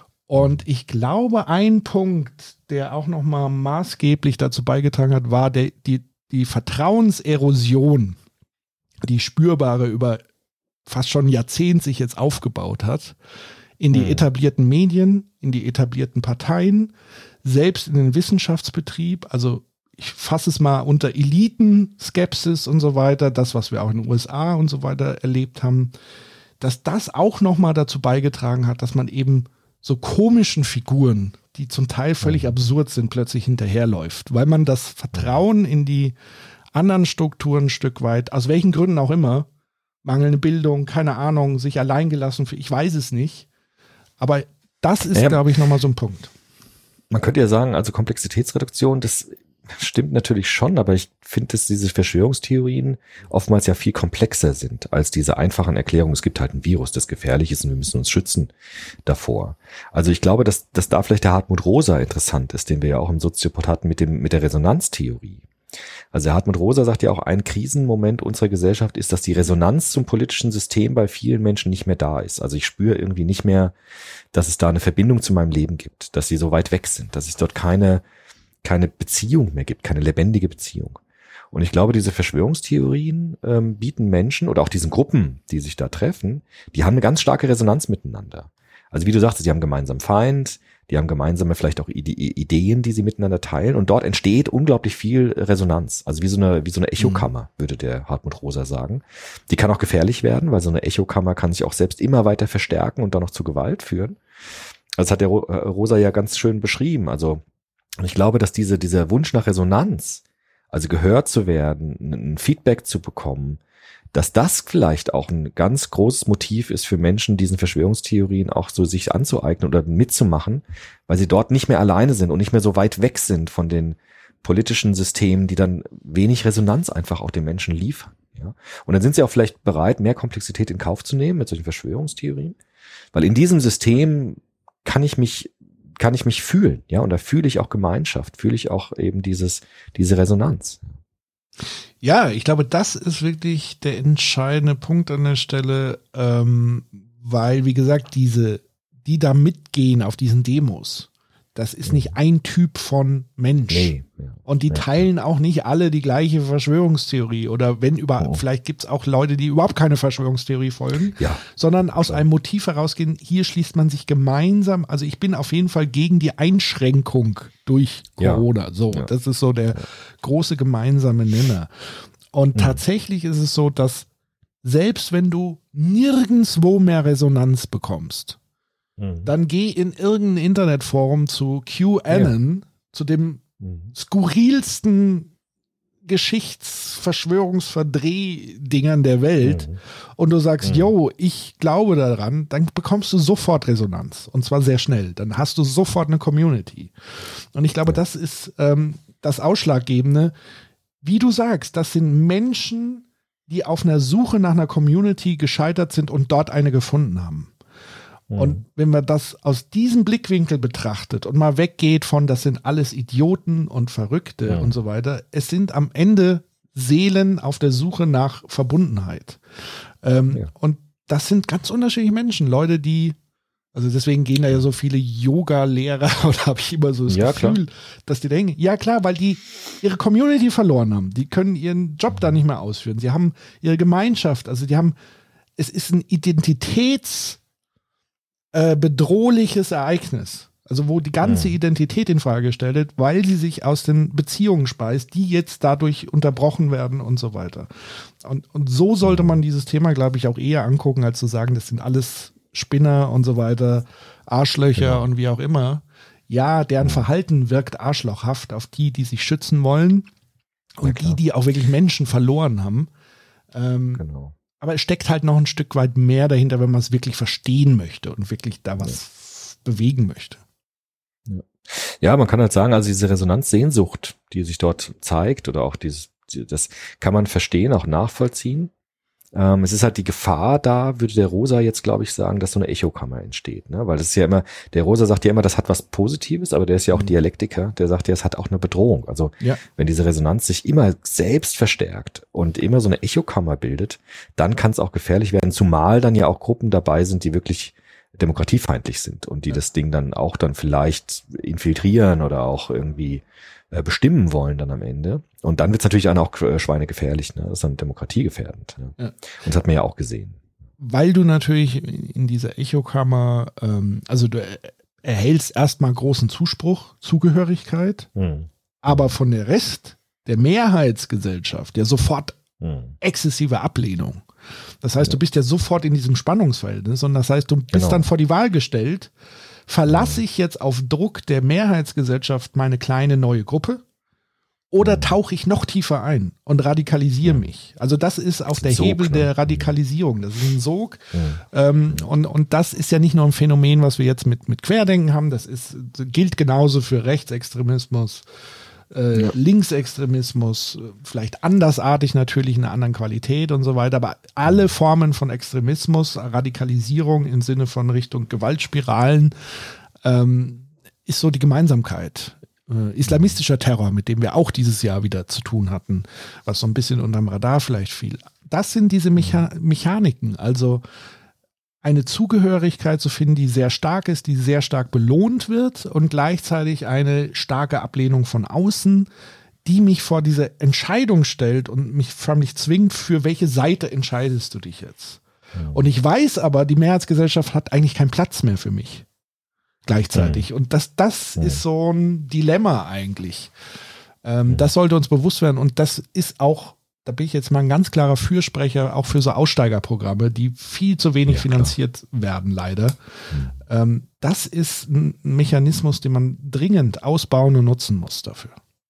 Und ich glaube, ein Punkt, der auch nochmal maßgeblich dazu beigetragen hat, war die Vertrauenserosion, die spürbare über fast schon ein Jahrzehnt sich jetzt aufgebaut hat, in die etablierten Medien, in die etablierten Parteien, selbst in den Wissenschaftsbetrieb. Also ich fasse es mal unter Eliten-Skepsis und so weiter, das, was wir auch in den USA und so weiter erlebt haben, dass das auch nochmal dazu beigetragen hat, dass man eben so komischen Figuren, die zum Teil völlig absurd sind, plötzlich hinterherläuft, weil man das Vertrauen in die anderen Strukturen ein Stück weit, aus welchen Gründen auch immer, mangelnde Bildung, keine Ahnung, sich alleingelassen, ich weiß es nicht, aber das ist, glaube ich, nochmal so ein Punkt. Man könnte ja sagen, also Komplexitätsreduktion, das stimmt natürlich schon, aber ich finde, dass diese Verschwörungstheorien oftmals ja viel komplexer sind als diese einfachen Erklärungen. Es gibt halt ein Virus, das gefährlich ist und wir müssen uns schützen davor. Also ich glaube, dass da vielleicht der Hartmut Rosa interessant ist, den wir ja auch im Soziopod hatten mit der Resonanztheorie. Also der Hartmut Rosa sagt ja auch, ein Krisenmoment unserer Gesellschaft ist, dass die Resonanz zum politischen System bei vielen Menschen nicht mehr da ist. Also ich spüre irgendwie nicht mehr, dass es da eine Verbindung zu meinem Leben gibt, dass sie so weit weg sind, dass es dort keine Beziehung mehr gibt, keine lebendige Beziehung. Und ich glaube, diese Verschwörungstheorien bieten Menschen oder auch diesen Gruppen, die sich da treffen, die haben eine ganz starke Resonanz miteinander. Also wie du sagst, sie haben gemeinsam Feind, die haben gemeinsame vielleicht auch Ideen, die sie miteinander teilen und dort entsteht unglaublich viel Resonanz. Also wie so eine Echokammer, würde der Hartmut Rosa sagen. Die kann auch gefährlich werden, weil so eine Echokammer kann sich auch selbst immer weiter verstärken und dann noch zu Gewalt führen. Das hat der Rosa ja ganz schön beschrieben. Also ich glaube, dass dieser Wunsch nach Resonanz, also gehört zu werden, ein Feedback zu bekommen, dass das vielleicht auch ein ganz großes Motiv ist für Menschen, diesen Verschwörungstheorien auch so sich anzueignen oder mitzumachen, weil sie dort nicht mehr alleine sind und nicht mehr so weit weg sind von den politischen Systemen, die dann wenig Resonanz einfach auch den Menschen liefern. Ja? Und dann sind sie auch vielleicht bereit, mehr Komplexität in Kauf zu nehmen mit solchen Verschwörungstheorien, weil in diesem System kann ich mich fühlen, ja, und da fühle ich auch Gemeinschaft, fühle ich auch eben diese Resonanz. Ja, ich glaube, das ist wirklich der entscheidende Punkt an der Stelle, weil, wie gesagt, die da mitgehen auf diesen Demos, das ist nicht ein Typ von Mensch. Nee, ja, und die teilen auch nicht alle die gleiche Verschwörungstheorie oder wenn überhaupt, vielleicht gibt es auch Leute, die überhaupt keine Verschwörungstheorie folgen, sondern aus einem Motiv herausgehen, hier schließt man sich gemeinsam, also ich bin auf jeden Fall gegen die Einschränkung durch Corona. Das ist so der große gemeinsame Nenner. Und tatsächlich ist es so, dass selbst wenn du nirgendwo mehr Resonanz bekommst, dann geh in irgendein Internetforum zu QAnon, zu dem skurrilsten Geschichtsverschwörungsverdrehdingern der Welt und du sagst, yo, ich glaube daran, dann bekommst du sofort Resonanz und zwar sehr schnell. Dann hast du sofort eine Community. Und ich glaube, das ist das Ausschlaggebende. Wie du sagst, das sind Menschen, die auf einer Suche nach einer Community gescheitert sind und dort eine gefunden haben. Und wenn man das aus diesem Blickwinkel betrachtet und mal weggeht von, das sind alles Idioten und Verrückte und so weiter, es sind am Ende Seelen auf der Suche nach Verbundenheit. Und das sind ganz unterschiedliche Menschen, Leute, die, also deswegen gehen da ja so viele Yoga-Lehrer oder habe ich immer so das Gefühl, dass die denken, ja klar, weil die ihre Community verloren haben, die können ihren Job da nicht mehr ausführen, sie haben ihre Gemeinschaft, also es ist ein bedrohliches Ereignis, also wo die ganze Identität in Frage gestellt wird, weil sie sich aus den Beziehungen speist, die jetzt dadurch unterbrochen werden und so weiter. Und so sollte man dieses Thema, glaube ich, auch eher angucken, als zu sagen, das sind alles Spinner und so weiter, Arschlöcher und wie auch immer. Ja, deren Verhalten wirkt arschlochhaft auf die sich schützen wollen und die auch wirklich Menschen verloren haben. Genau. Aber es steckt halt noch ein Stück weit mehr dahinter, wenn man es wirklich verstehen möchte und wirklich da was bewegen möchte. Ja, man kann halt sagen, also diese Resonanzsehnsucht, die sich dort zeigt oder auch das kann man verstehen, auch nachvollziehen. Es ist halt die Gefahr da, würde der Rosa jetzt, glaube ich, sagen, dass so eine Echokammer entsteht, ne? Weil das ist ja immer, der Rosa sagt ja immer, das hat was Positives, aber der ist ja auch Dialektiker, der sagt ja, es hat auch eine Bedrohung. Also wenn diese Resonanz sich immer selbst verstärkt und immer so eine Echokammer bildet, dann kann es auch gefährlich werden, zumal dann ja auch Gruppen dabei sind, die wirklich demokratiefeindlich sind und die das Ding dann auch dann vielleicht infiltrieren oder auch irgendwie bestimmen wollen dann am Ende. Und dann wird es natürlich auch schweinegefährlich, ne? Das ist dann demokratiegefährdend. Ne? Ja. Und das hat man ja auch gesehen. Weil du natürlich in dieser Echokammer, also du erhältst erstmal großen Zuspruch, Zugehörigkeit, aber von der Rest der Mehrheitsgesellschaft ja sofort exzessive Ablehnung. Das heißt, du bist ja sofort in diesem Spannungsverhältnis und das heißt, du bist dann vor die Wahl gestellt, verlasse ich jetzt auf Druck der Mehrheitsgesellschaft meine kleine neue Gruppe oder tauche ich noch tiefer ein und radikalisiere mich? Also das ist auf der Sog, Hebel der Radikalisierung. Das ist ein Sog. Und das ist ja nicht nur ein Phänomen, was wir jetzt mit Querdenken haben. Das gilt genauso für Rechtsextremismus, Linksextremismus, vielleicht andersartig natürlich in einer anderen Qualität und so weiter, aber alle Formen von Extremismus, Radikalisierung im Sinne von Richtung Gewaltspiralen, ist so die Gemeinsamkeit. Islamistischer Terror, mit dem wir auch dieses Jahr wieder zu tun hatten, was so ein bisschen unterm Radar vielleicht fiel. Das sind diese Mechaniken, also eine Zugehörigkeit zu finden, die sehr stark ist, die sehr stark belohnt wird und gleichzeitig eine starke Ablehnung von außen, die mich vor diese Entscheidung stellt und mich förmlich zwingt, für welche Seite entscheidest du dich jetzt? Und ich weiß aber, die Mehrheitsgesellschaft hat eigentlich keinen Platz mehr für mich gleichzeitig. Und das ist so ein Dilemma eigentlich. Das sollte uns bewusst werden und das ist auch, da bin ich jetzt mal ein ganz klarer Fürsprecher, auch für so Aussteigerprogramme, die viel zu wenig finanziert werden, leider. Das ist ein Mechanismus, den man dringend ausbauen und nutzen muss dafür.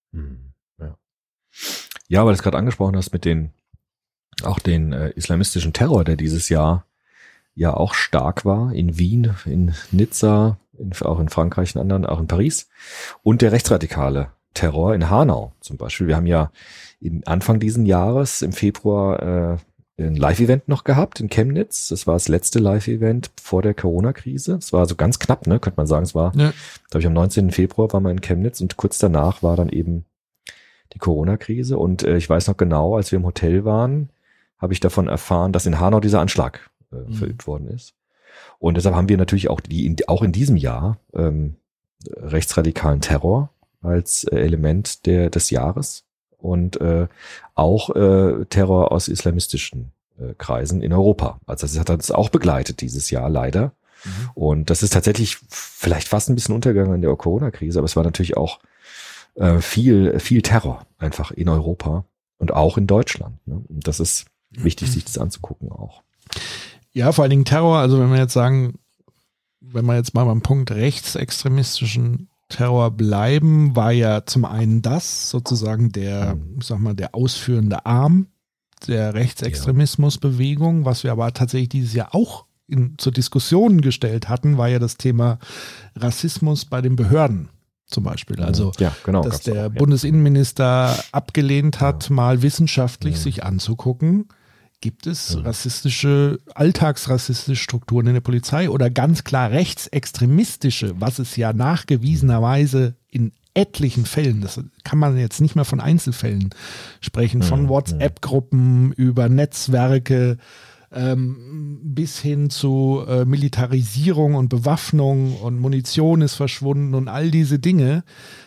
Ja, weil du es gerade angesprochen hast mit den islamistischen Terror, der dieses Jahr ja auch stark war, in Wien, in Nizza, auch in Frankreich, in anderen, auch in Paris, und der rechtsradikale Terror in Hanau zum Beispiel. Wir haben ja Anfang diesen Jahres, im Februar, ein Live-Event noch gehabt in Chemnitz. Das war das letzte Live-Event vor der Corona-Krise. Es war so ganz knapp, ne, könnte man sagen. Es war, glaube ich, am 19. Februar waren wir in Chemnitz und kurz danach war dann eben die Corona-Krise. Und ich weiß noch genau, als wir im Hotel waren, habe ich davon erfahren, dass in Hanau dieser Anschlag verübt worden ist. Und deshalb haben wir natürlich auch in diesem Jahr rechtsradikalen Terror als Element des Jahres und auch Terror aus islamistischen Kreisen in Europa. Also das hat uns auch begleitet dieses Jahr leider. Und das ist tatsächlich vielleicht fast ein bisschen untergegangen in der Corona-Krise, aber es war natürlich auch viel Terror einfach in Europa und auch in Deutschland. Ne? Und das ist wichtig, sich das anzugucken auch. Ja, vor allen Dingen Terror, also wenn wir jetzt sagen, wenn wir jetzt mal beim Punkt rechtsextremistischen Terror bleiben, war ja zum einen das, sozusagen der ausführende Arm der Rechtsextremismusbewegung, was wir aber tatsächlich dieses Jahr auch zur Diskussion gestellt hatten, war ja das Thema Rassismus bei den Behörden zum Beispiel. Also, dass der Bundesinnenminister abgelehnt hat, mal wissenschaftlich sich anzugucken, gibt es alltagsrassistische Strukturen in der Polizei oder ganz klar rechtsextremistische, was es ja nachgewiesenerweise in etlichen Fällen, das kann man jetzt nicht mehr von Einzelfällen sprechen, von WhatsApp-Gruppen über Netzwerke bis hin zu Militarisierung und Bewaffnung und Munition ist verschwunden und all diese Dinge.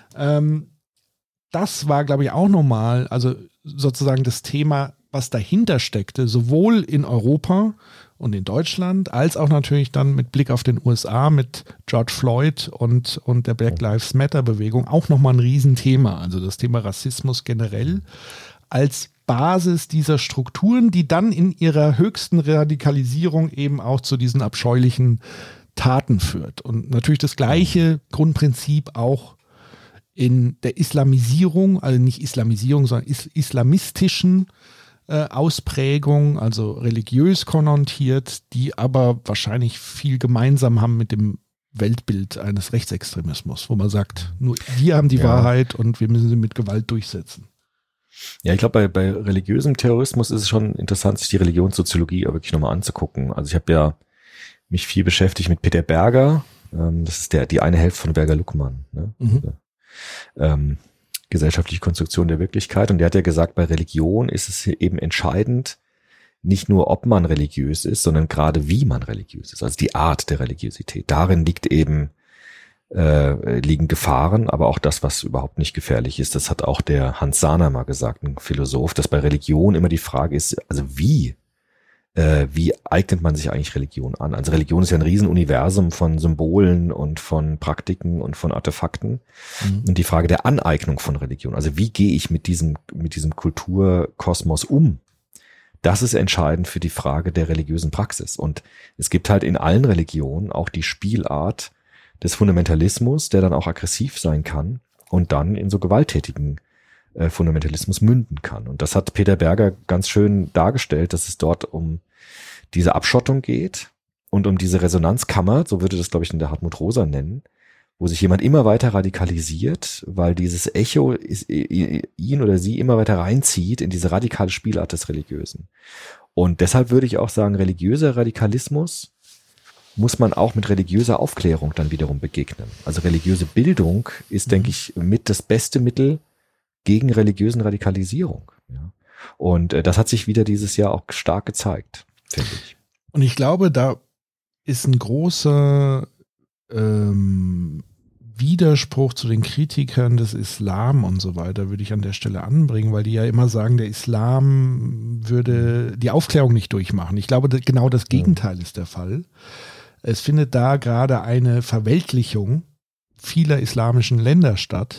Das war, glaube ich, auch nochmal, also sozusagen das Thema, was dahinter steckte, sowohl in Europa und in Deutschland, als auch natürlich dann mit Blick auf den USA mit George Floyd und der Black Lives Matter Bewegung auch nochmal ein Riesenthema. Also das Thema Rassismus generell als Basis dieser Strukturen, die dann in ihrer höchsten Radikalisierung eben auch zu diesen abscheulichen Taten führt. Und natürlich das gleiche Grundprinzip auch in der Islamisierung, also nicht Islamisierung, sondern islamistischen Ausprägung, also religiös konnotiert, die aber wahrscheinlich viel gemeinsam haben mit dem Weltbild eines Rechtsextremismus, wo man sagt, nur wir haben die Wahrheit und wir müssen sie mit Gewalt durchsetzen. Ja, ich glaube, bei religiösem Terrorismus ist es schon interessant, sich die Religionssoziologie wirklich nochmal anzugucken. Also ich habe ja mich viel beschäftigt mit Peter Berger, das ist die eine Hälfte von Berger Luckmann, ne? Gesellschaftliche Konstruktion der Wirklichkeit. Und der hat ja gesagt, bei Religion ist es eben entscheidend, nicht nur, ob man religiös ist, sondern gerade wie man religiös ist, also die Art der Religiosität. Darin liegen Gefahren, aber auch das, was überhaupt nicht gefährlich ist. Das hat auch der Hans Sahner mal gesagt, ein Philosoph, dass bei Religion immer die Frage ist, also wie eignet man sich eigentlich Religion an? Also Religion ist ja ein Riesenuniversum von Symbolen und von Praktiken und von Artefakten. Und die Frage der Aneignung von Religion, also wie gehe ich mit diesem Kulturkosmos um? Das ist entscheidend für die Frage der religiösen Praxis. Und es gibt halt in allen Religionen auch die Spielart des Fundamentalismus, der dann auch aggressiv sein kann und dann in so gewalttätigen Fundamentalismus münden kann. Und das hat Peter Berger ganz schön dargestellt, dass es dort um diese Abschottung geht und um diese Resonanzkammer, so würde das, glaube ich, in der Hartmut Rosa nennen, wo sich jemand immer weiter radikalisiert, weil dieses Echo ihn oder sie immer weiter reinzieht in diese radikale Spielart des Religiösen. Und deshalb würde ich auch sagen, religiöser Radikalismus muss man auch mit religiöser Aufklärung dann wiederum begegnen. Also religiöse Bildung ist, denke ich, mit das beste Mittel gegen religiösen Radikalisierung. Ja. Und das hat sich wieder dieses Jahr auch stark gezeigt, finde ich. Und ich glaube, da ist ein großer Widerspruch zu den Kritikern des Islam und so weiter, würde ich an der Stelle anbringen, weil die ja immer sagen, der Islam würde die Aufklärung nicht durchmachen. Ich glaube, genau das Gegenteil ist der Fall. Es findet da gerade eine Verweltlichung vieler islamischen Länder statt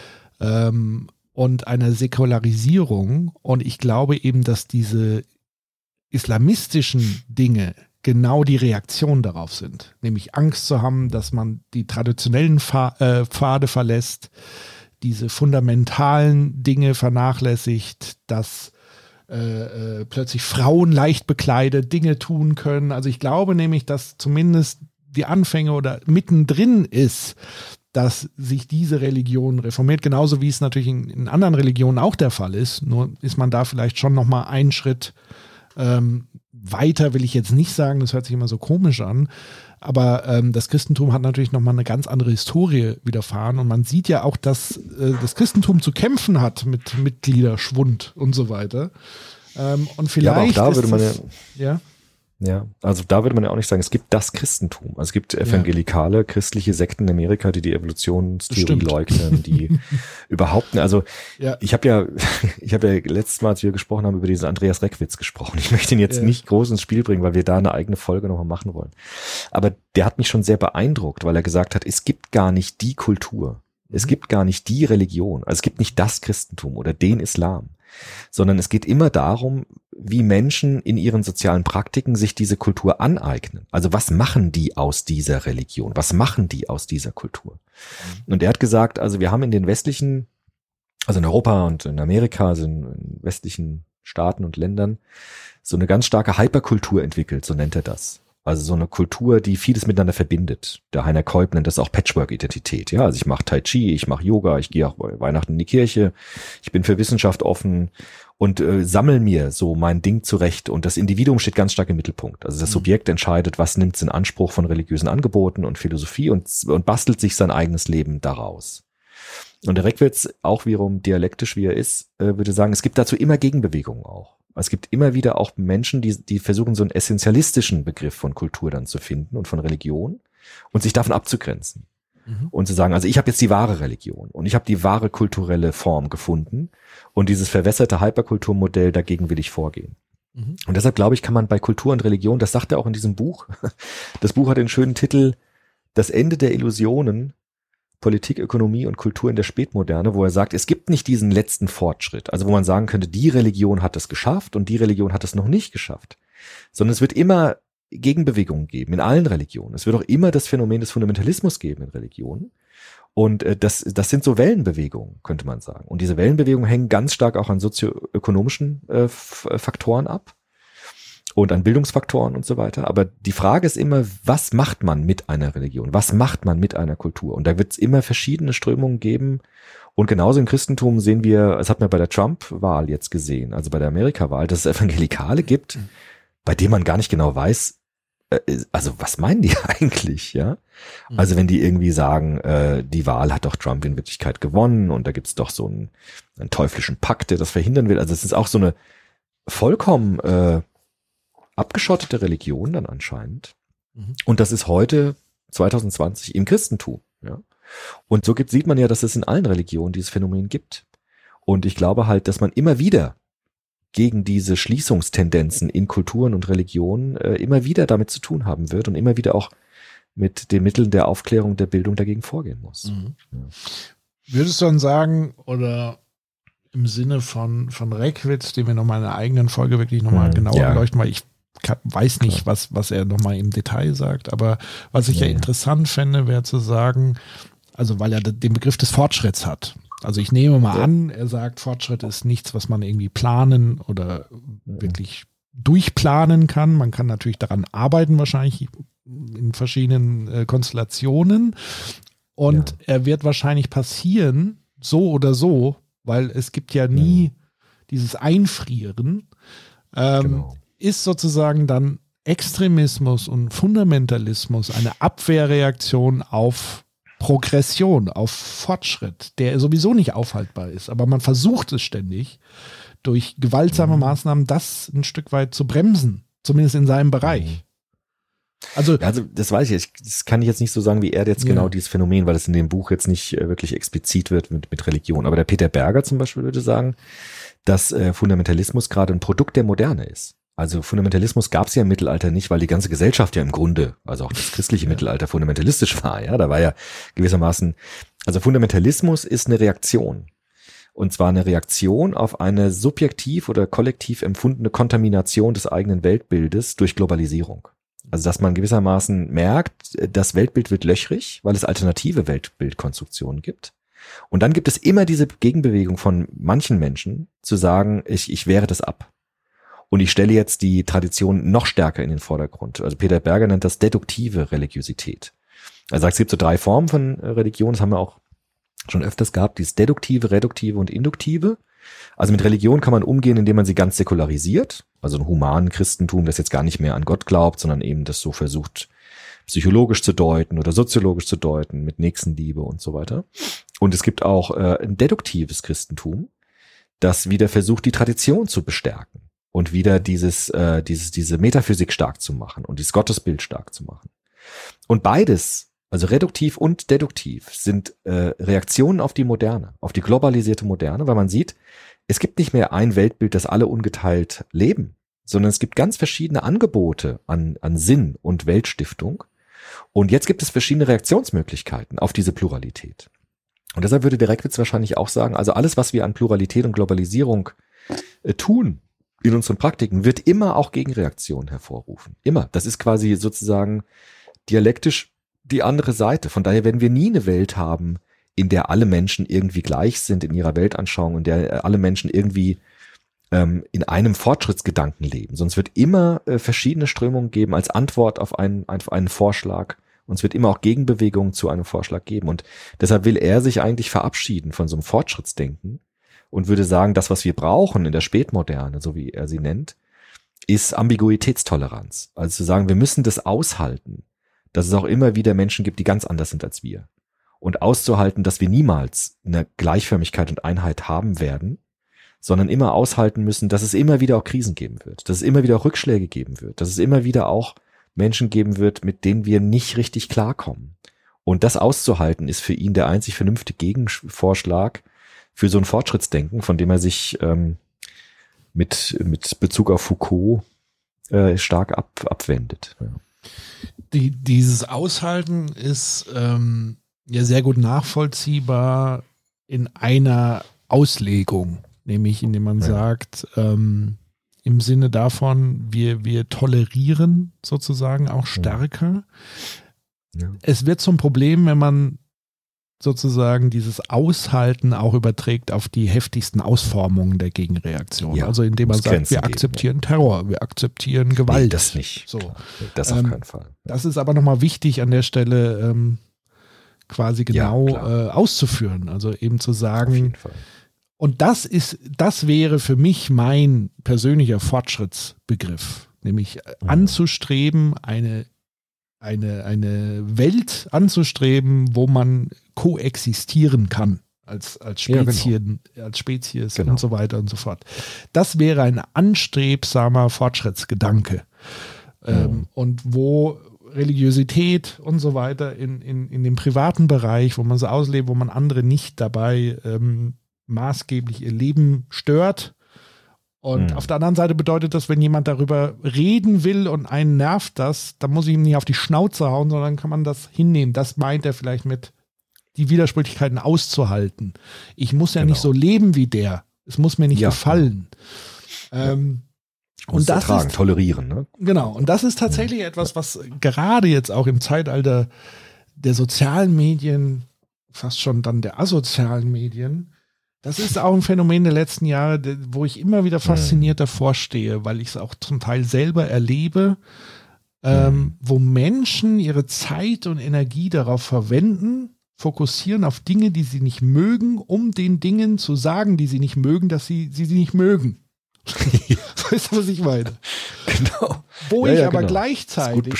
und einer Säkularisierung. Und ich glaube eben, dass diese islamistischen Dinge genau die Reaktion darauf sind. Nämlich Angst zu haben, dass man die traditionellen Pfade verlässt, diese fundamentalen Dinge vernachlässigt, dass plötzlich Frauen leicht bekleidet Dinge tun können. Also ich glaube nämlich, dass zumindest die Anfänge oder mittendrin ist, dass sich diese Religion reformiert, genauso wie es natürlich in anderen Religionen auch der Fall ist. Nur ist man da vielleicht schon nochmal einen Schritt weiter, will ich jetzt nicht sagen, das hört sich immer so komisch an, aber das Christentum hat natürlich nochmal eine ganz andere Historie widerfahren und man sieht ja auch, dass das Christentum zu kämpfen hat mit Mitgliederschwund und so weiter. Und vielleicht ja, aber auch da würde man ja, also da würde man ja auch nicht sagen, es gibt das Christentum. Also es gibt evangelikale christliche Sekten in Amerika, die Evolutionstheorie leugnen, die überhaupt nicht, also ich habe ja letztes Mal, als wir gesprochen haben, über diesen Andreas Reckwitz gesprochen. Ich möchte ihn jetzt nicht groß ins Spiel bringen, weil wir da eine eigene Folge nochmal machen wollen. Aber der hat mich schon sehr beeindruckt, weil er gesagt hat, es gibt gar nicht die Kultur. Es gibt gar nicht die Religion. Also es gibt nicht das Christentum oder den Islam. sondern es geht immer darum, wie Menschen in ihren sozialen Praktiken sich diese Kultur aneignen. Also was machen die aus dieser Religion? Was machen die aus dieser Kultur? Und er hat gesagt, also wir haben in den westlichen, also in Europa und in Amerika, also in westlichen Staaten und Ländern, so eine ganz starke Hyperkultur entwickelt, so nennt er das. Also so eine Kultur, die vieles miteinander verbindet. Der Heiner Keup nennt das auch Patchwork-Identität. Ja, also ich mache Tai Chi, ich mache Yoga, ich gehe auch bei Weihnachten in die Kirche, ich bin für Wissenschaft offen und sammel mir so mein Ding zurecht. Und das Individuum steht ganz stark im Mittelpunkt. Also das Subjekt entscheidet, was nimmt es in Anspruch von religiösen Angeboten und Philosophie und bastelt sich sein eigenes Leben daraus. Und der Reckwitz, auch wiederum dialektisch wie er ist, würde sagen, es gibt dazu immer Gegenbewegungen auch. Es gibt immer wieder auch Menschen, die versuchen, so einen essentialistischen Begriff von Kultur dann zu finden und von Religion und sich davon abzugrenzen. Und zu sagen, also ich habe jetzt die wahre Religion und ich habe die wahre kulturelle Form gefunden und dieses verwässerte Hyperkulturmodell, dagegen will ich vorgehen. Und deshalb glaube ich, kann man bei Kultur und Religion, das sagt er auch in diesem Buch, das Buch hat den schönen Titel Das Ende der Illusionen, Politik, Ökonomie und Kultur in der Spätmoderne, wo er sagt, es gibt nicht diesen letzten Fortschritt, also wo man sagen könnte, die Religion hat es geschafft und die Religion hat es noch nicht geschafft, sondern es wird immer Gegenbewegungen geben in allen Religionen. Es wird auch immer das Phänomen des Fundamentalismus geben in Religionen und das sind so Wellenbewegungen, könnte man sagen. Und diese Wellenbewegungen hängen ganz stark auch an sozioökonomischen Faktoren ab und an Bildungsfaktoren und so weiter. Aber die Frage ist immer, was macht man mit einer Religion? Was macht man mit einer Kultur? Und da wird es immer verschiedene Strömungen geben. Und genauso im Christentum sehen wir, das hat man bei der Trump-Wahl jetzt gesehen, also bei der Amerika-Wahl, dass es Evangelikale gibt, bei denen man gar nicht genau weiß, also was meinen die eigentlich, ja? Also wenn die irgendwie sagen, die Wahl hat doch Trump in Wirklichkeit gewonnen und da gibt's doch so einen teuflischen Pakt, der das verhindern will. Also es ist auch so eine vollkommen abgeschottete Religion dann anscheinend. Und das ist heute 2020 im Christentum. Ja? Und so sieht man ja, dass es in allen Religionen dieses Phänomen gibt. Und ich glaube halt, dass man immer wieder gegen diese Schließungstendenzen in Kulturen und Religionen immer wieder damit zu tun haben wird und immer wieder auch mit den Mitteln der Aufklärung, der Bildung dagegen vorgehen muss. Ja. Würdest du dann sagen, oder im Sinne von Reckwitz, den wir nochmal in einer eigenen Folge wirklich nochmal genauer beleuchten, weil ich weiß nicht, was er nochmal im Detail sagt, aber was ich ja interessant fände, wäre zu sagen, also weil er den Begriff des Fortschritts hat. Also ich nehme mal an, er sagt, Fortschritt ist nichts, was man irgendwie planen oder wirklich durchplanen kann. Man kann natürlich daran arbeiten, wahrscheinlich in verschiedenen Konstellationen. Und er wird wahrscheinlich passieren, so oder so, weil es gibt ja nie dieses Einfrieren. Ist sozusagen dann Extremismus und Fundamentalismus eine Abwehrreaktion auf Progression, auf Fortschritt, der sowieso nicht aufhaltbar ist. Aber man versucht es ständig, durch gewaltsame Maßnahmen das ein Stück weit zu bremsen, zumindest in seinem Bereich. Also das weiß ich, das kann ich jetzt nicht so sagen, wie er jetzt genau dieses Phänomen, weil es in dem Buch jetzt nicht wirklich explizit wird mit Religion. Aber der Peter Berger zum Beispiel würde sagen, dass Fundamentalismus gerade ein Produkt der Moderne ist. Also Fundamentalismus gab es ja im Mittelalter nicht, weil die ganze Gesellschaft ja im Grunde, also auch das christliche Mittelalter fundamentalistisch war. Ja, da war ja gewissermaßen, also Fundamentalismus ist eine Reaktion. Und zwar eine Reaktion auf eine subjektiv oder kollektiv empfundene Kontamination des eigenen Weltbildes durch Globalisierung. Also dass man gewissermaßen merkt, das Weltbild wird löchrig, weil es alternative Weltbildkonstruktionen gibt. Und dann gibt es immer diese Gegenbewegung von manchen Menschen, zu sagen, ich wehre das ab. Und ich stelle jetzt die Tradition noch stärker in den Vordergrund. Also Peter Berger nennt das deduktive Religiosität. Er sagt, es gibt so 3 Formen von Religion, das haben wir auch schon öfters gehabt, dieses deduktive, reduktive und induktive. Also mit Religion kann man umgehen, indem man sie ganz säkularisiert, also ein humanen Christentum, das jetzt gar nicht mehr an Gott glaubt, sondern eben das so versucht, psychologisch zu deuten oder soziologisch zu deuten, mit Nächstenliebe und so weiter. Und es gibt auch ein deduktives Christentum, das wieder versucht, die Tradition zu bestärken. Und wieder diese Metaphysik stark zu machen und dieses Gottesbild stark zu machen. Und beides, also reduktiv und deduktiv, sind Reaktionen auf die Moderne, auf die globalisierte Moderne, weil man sieht, es gibt nicht mehr ein Weltbild, das alle ungeteilt leben, sondern es gibt ganz verschiedene Angebote an Sinn und Weltstiftung. Und jetzt gibt es verschiedene Reaktionsmöglichkeiten auf diese Pluralität. Und deshalb würde der Reckwitz wahrscheinlich auch sagen, also alles, was wir an Pluralität und Globalisierung tun in unseren Praktiken, wird immer auch Gegenreaktionen hervorrufen. Immer. Das ist quasi sozusagen dialektisch die andere Seite. Von daher werden wir nie eine Welt haben, in der alle Menschen irgendwie gleich sind in ihrer Weltanschauung, in der alle Menschen irgendwie in einem Fortschrittsgedanken leben. Sonst wird immer verschiedene Strömungen geben als Antwort auf einen Vorschlag. Und es wird immer auch Gegenbewegungen zu einem Vorschlag geben. Und deshalb will er sich eigentlich verabschieden von so einem Fortschrittsdenken und würde sagen, das, was wir brauchen in der Spätmoderne, so wie er sie nennt, ist Ambiguitätstoleranz. Also zu sagen, wir müssen das aushalten, dass es auch immer wieder Menschen gibt, die ganz anders sind als wir. Und auszuhalten, dass wir niemals eine Gleichförmigkeit und Einheit haben werden, sondern immer aushalten müssen, dass es immer wieder auch Krisen geben wird, dass es immer wieder auch Rückschläge geben wird, dass es immer wieder auch Menschen geben wird, mit denen wir nicht richtig klarkommen. Und das auszuhalten ist für ihn der einzig vernünftige Gegenvorschlag für so ein Fortschrittsdenken, von dem er sich mit Bezug auf Foucault stark abwendet. Ja. Dieses Aushalten ist ja sehr gut nachvollziehbar in einer Auslegung, nämlich indem man sagt, im Sinne davon, wir tolerieren sozusagen auch stärker. Ja. Es wird zum Problem, wenn man sozusagen dieses Aushalten auch überträgt auf die heftigsten Ausformungen der Gegenreaktion. Ja, also indem man sagt, wir akzeptieren Terror, wir akzeptieren Gewalt. Nee, das nicht. So. Das auf keinen Fall. Das ist aber nochmal wichtig an der Stelle quasi genau auszuführen. Also eben zu sagen, auf jeden Fall. Und das wäre für mich mein persönlicher Fortschrittsbegriff, nämlich anzustreben, eine Welt anzustreben, wo man koexistieren kann als Spezien, als Spezies und so weiter und so fort. Das wäre ein anstrebsamer Fortschrittsgedanke. Und wo Religiosität und so weiter in dem privaten Bereich, wo man so auslebt, wo man andere nicht dabei maßgeblich ihr Leben stört. Und auf der anderen Seite bedeutet das, wenn jemand darüber reden will und einen nervt das, dann muss ich ihm nicht auf die Schnauze hauen, sondern kann man das hinnehmen. Das meint er vielleicht mit, die Widersprüchlichkeiten auszuhalten. Ich muss ja nicht so leben wie der. Es muss mir nicht gefallen. Und das ist tolerieren, ne? Genau. Und das ist tatsächlich etwas, was gerade jetzt auch im Zeitalter der sozialen Medien, fast schon dann der asozialen Medien, das ist auch ein Phänomen der letzten Jahre, wo ich immer wieder fasziniert davor stehe, weil ich es auch zum Teil selber erlebe, wo Menschen ihre Zeit und Energie darauf verwenden, fokussieren auf Dinge, die sie nicht mögen, um den Dingen zu sagen, die sie nicht mögen, dass sie nicht mögen. Weißt du, was ich meine? Genau. Wo ich aber gleichzeitig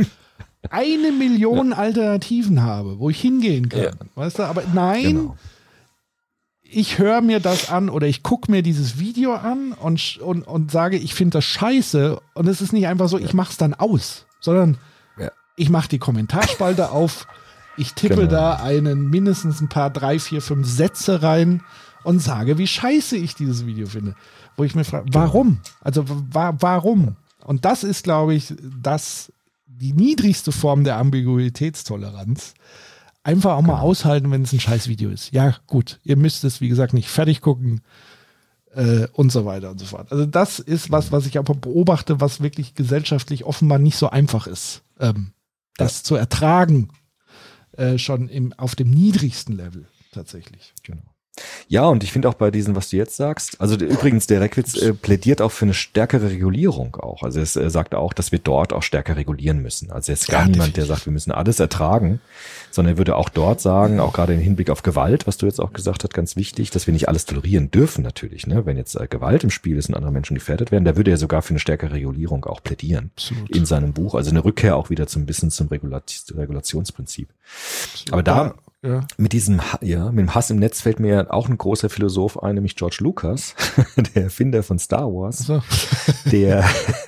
1 Million Alternativen habe, wo ich hingehen kann. Ja. Weißt du, aber nein, ich höre mir das an oder ich gucke mir dieses Video an und sage, ich finde das scheiße. Und es ist nicht einfach so, ich mache es dann aus, sondern ich mache die Kommentarspalte auf, ich tippe da mindestens ein paar 3, 4, 5 Sätze rein und sage, wie scheiße ich dieses Video finde. Wo ich mir frage, warum? Also warum? Und das ist, glaube ich, die niedrigste Form der Ambiguitätstoleranz. Einfach auch mal aushalten, wenn es ein scheiß Video ist. Ja, gut, ihr müsst es, wie gesagt, nicht fertig gucken und so weiter und so fort. Also das ist was ich aber beobachte, was wirklich gesellschaftlich offenbar nicht so einfach ist. Das zu ertragen, schon auf dem niedrigsten Level tatsächlich. Genau. Ja, und ich finde auch bei diesen, was du jetzt sagst, also übrigens, der Reckwitz plädiert auch für eine stärkere Regulierung auch. Also es sagt auch, dass wir dort auch stärker regulieren müssen. Also es ist gar niemand, der sagt, wir müssen alles ertragen, sondern er würde auch dort sagen, auch gerade im Hinblick auf Gewalt, was du jetzt auch gesagt hast, ganz wichtig, dass wir nicht alles tolerieren dürfen natürlich. Ne? Wenn jetzt Gewalt im Spiel ist und andere Menschen gefährdet werden, da würde er sogar für eine stärkere Regulierung auch plädieren. Absolut. In seinem Buch. Also eine Rückkehr auch wieder zum Regulationsprinzip. Absolut. Aber da mit dem Hass im Netz fällt mir auch ein großer Philosoph ein, nämlich George Lucas, der Erfinder von Star Wars, der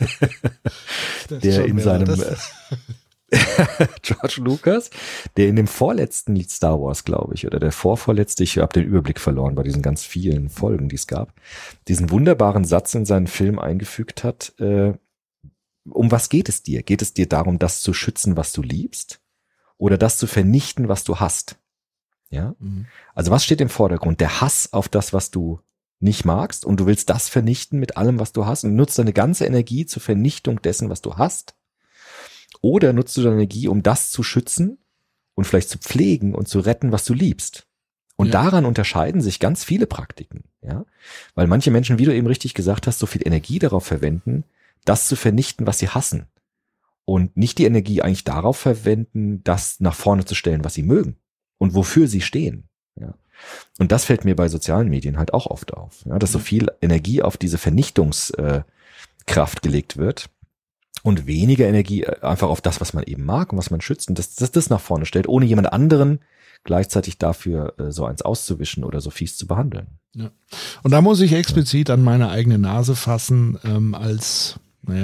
in seinem George Lucas, der in dem vorletzten Star Wars, glaube ich, oder der vorvorletzte, ich habe den Überblick verloren bei diesen ganz vielen Folgen, die es gab, diesen wunderbaren Satz in seinen Film eingefügt hat, um was geht es dir? Geht es dir darum, das zu schützen, was du liebst? Oder das zu vernichten, was du hast? Ja? Also was steht im Vordergrund? Der Hass auf das, was du nicht magst und du willst das vernichten mit allem, was du hast und nutzt deine ganze Energie zur Vernichtung dessen, was du hast? Oder nutzt du deine Energie, um das zu schützen und vielleicht zu pflegen und zu retten, was du liebst? Und daran unterscheiden sich ganz viele Praktiken, ja, weil manche Menschen, wie du eben richtig gesagt hast, so viel Energie darauf verwenden, das zu vernichten, was sie hassen und nicht die Energie eigentlich darauf verwenden, das nach vorne zu stellen, was sie mögen und wofür sie stehen, ja. Und das fällt mir bei sozialen Medien halt auch oft auf, ja, dass so viel Energie auf diese Vernichtungskraft gelegt wird und weniger Energie einfach auf das, was man eben mag und was man schützt und das nach vorne stellt, ohne jemand anderen gleichzeitig dafür so eins auszuwischen oder so fies zu behandeln. Ja. Und da muss ich explizit an meine eigene Nase fassen, als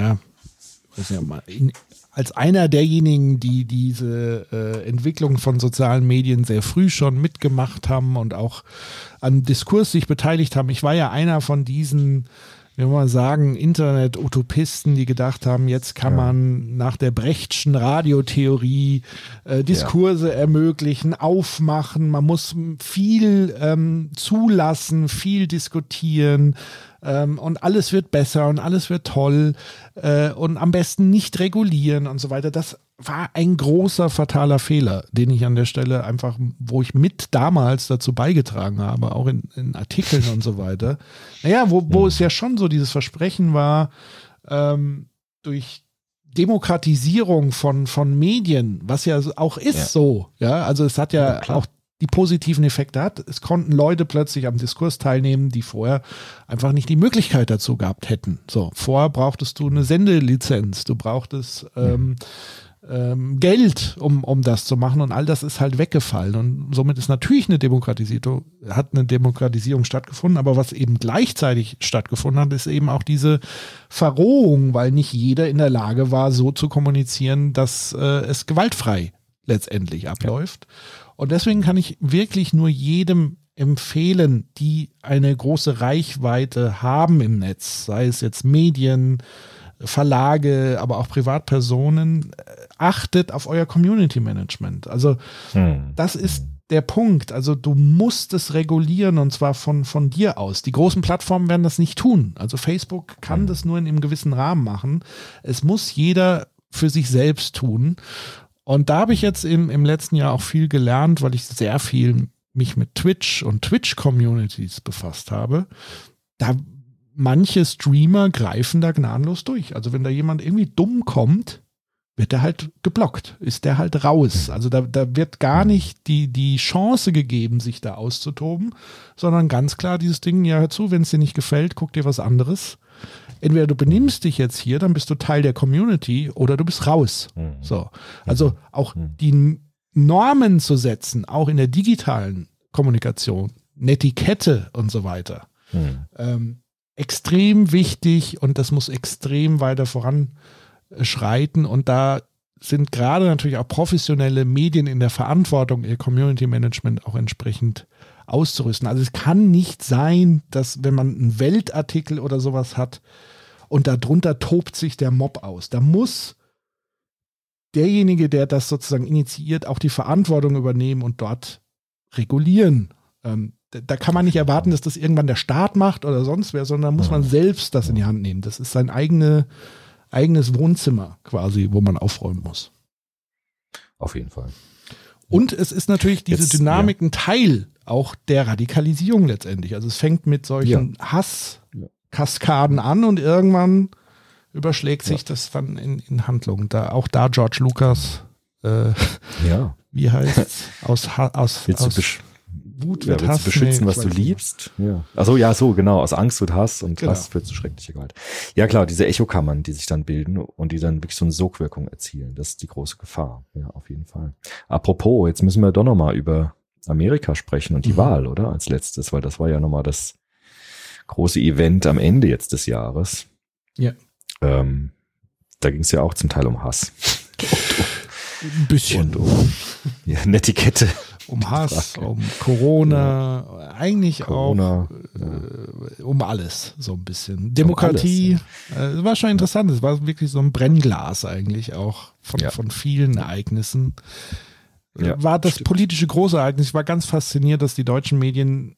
einer derjenigen, die diese Entwicklung von sozialen Medien sehr früh schon mitgemacht haben und auch am Diskurs sich beteiligt haben. Ich war ja einer von diesen, wie wir mal sagen, Internet-Utopisten, die gedacht haben, jetzt kann man nach der Brechtschen Radiotheorie Diskurse ermöglichen, aufmachen, man muss viel zulassen, viel diskutieren und alles wird besser und alles wird toll und am besten nicht regulieren und so weiter. Das war ein großer, fataler Fehler, den ich an der Stelle einfach, wo ich mit damals dazu beigetragen habe, auch in Artikeln und so weiter. Naja, wo es ja schon so dieses Versprechen war, durch Demokratisierung von Medien, was ja auch ist so, ja, also es hat ja auch die positiven Effekte hat. Es konnten Leute plötzlich am Diskurs teilnehmen, die vorher einfach nicht die Möglichkeit dazu gehabt hätten. So, vorher brauchtest du eine Sendelizenz, du brauchtest Geld, um das zu machen und all das ist halt weggefallen und somit ist natürlich eine Demokratisierung stattgefunden, aber was eben gleichzeitig stattgefunden hat, ist eben auch diese Verrohung, weil nicht jeder in der Lage war, so zu kommunizieren, dass es gewaltfrei letztendlich abläuft. Und deswegen kann ich wirklich nur jedem empfehlen, die eine große Reichweite haben im Netz, sei es jetzt Medien, Verlage, aber auch Privatpersonen, achtet auf euer Community Management. Also das ist der Punkt. Also du musst es regulieren und zwar von dir aus. Die großen Plattformen werden das nicht tun. Also Facebook kann das nur in einem gewissen Rahmen machen. Es muss jeder für sich selbst tun. Und da habe ich jetzt im letzten Jahr auch viel gelernt, weil ich sehr viel mich mit Twitch und Twitch-Communities befasst habe. Da manche Streamer greifen da gnadenlos durch. Also wenn da jemand irgendwie dumm kommt, wird der halt geblockt, ist der halt raus. Also da wird gar nicht die Chance gegeben, sich da auszutoben, sondern ganz klar dieses Ding, ja hör zu, wenn es dir nicht gefällt, guck dir was anderes. Entweder du benimmst dich jetzt hier, dann bist du Teil der Community oder du bist raus. So. Also auch die Normen zu setzen, auch in der digitalen Kommunikation, Netiquette und so weiter. Extrem wichtig und das muss extrem weiter voranschreiten und da sind gerade natürlich auch professionelle Medien in der Verantwortung, ihr Community Management auch entsprechend auszurüsten. Also es kann nicht sein, dass wenn man einen Weltartikel oder sowas hat und darunter tobt sich der Mob aus. Da muss derjenige, der das sozusagen initiiert, auch die Verantwortung übernehmen und dort regulieren. Da kann man nicht erwarten, dass das irgendwann der Staat macht oder sonst wer, sondern muss man selbst das in die Hand nehmen. Das ist sein eigenes Wohnzimmer quasi, wo man aufräumen muss. Auf jeden Fall. Und es ist natürlich diese Dynamik ein Teil auch der Radikalisierung letztendlich. Also es fängt mit solchen Hasskaskaden an und irgendwann überschlägt sich das dann in Handlungen. Auch da George Lucas, wie heißt es? Aus Wut wird Hass. Zu beschützen, was du liebst. Ja. Achso, ja, so, genau. Aus Angst wird Hass und Hass führt zu schrecklicher Gewalt. Ja, klar, diese Echokammern, die sich dann bilden und die dann wirklich so eine Sogwirkung erzielen. Das ist die große Gefahr. Ja, auf jeden Fall. Apropos, jetzt müssen wir doch nochmal über Amerika sprechen und die Wahl, oder? Als letztes, weil das war ja nochmal das große Event am Ende jetzt des Jahres. Ja. Da ging es ja auch zum Teil um Hass. Ein bisschen. Und um Netiquette. Um Hass, um Corona, eigentlich auch um alles so ein bisschen. Demokratie, war schon interessant. Es war wirklich so ein Brennglas eigentlich auch von vielen Ereignissen. War das politische Großereignis. Ich war ganz fasziniert, dass die deutschen Medien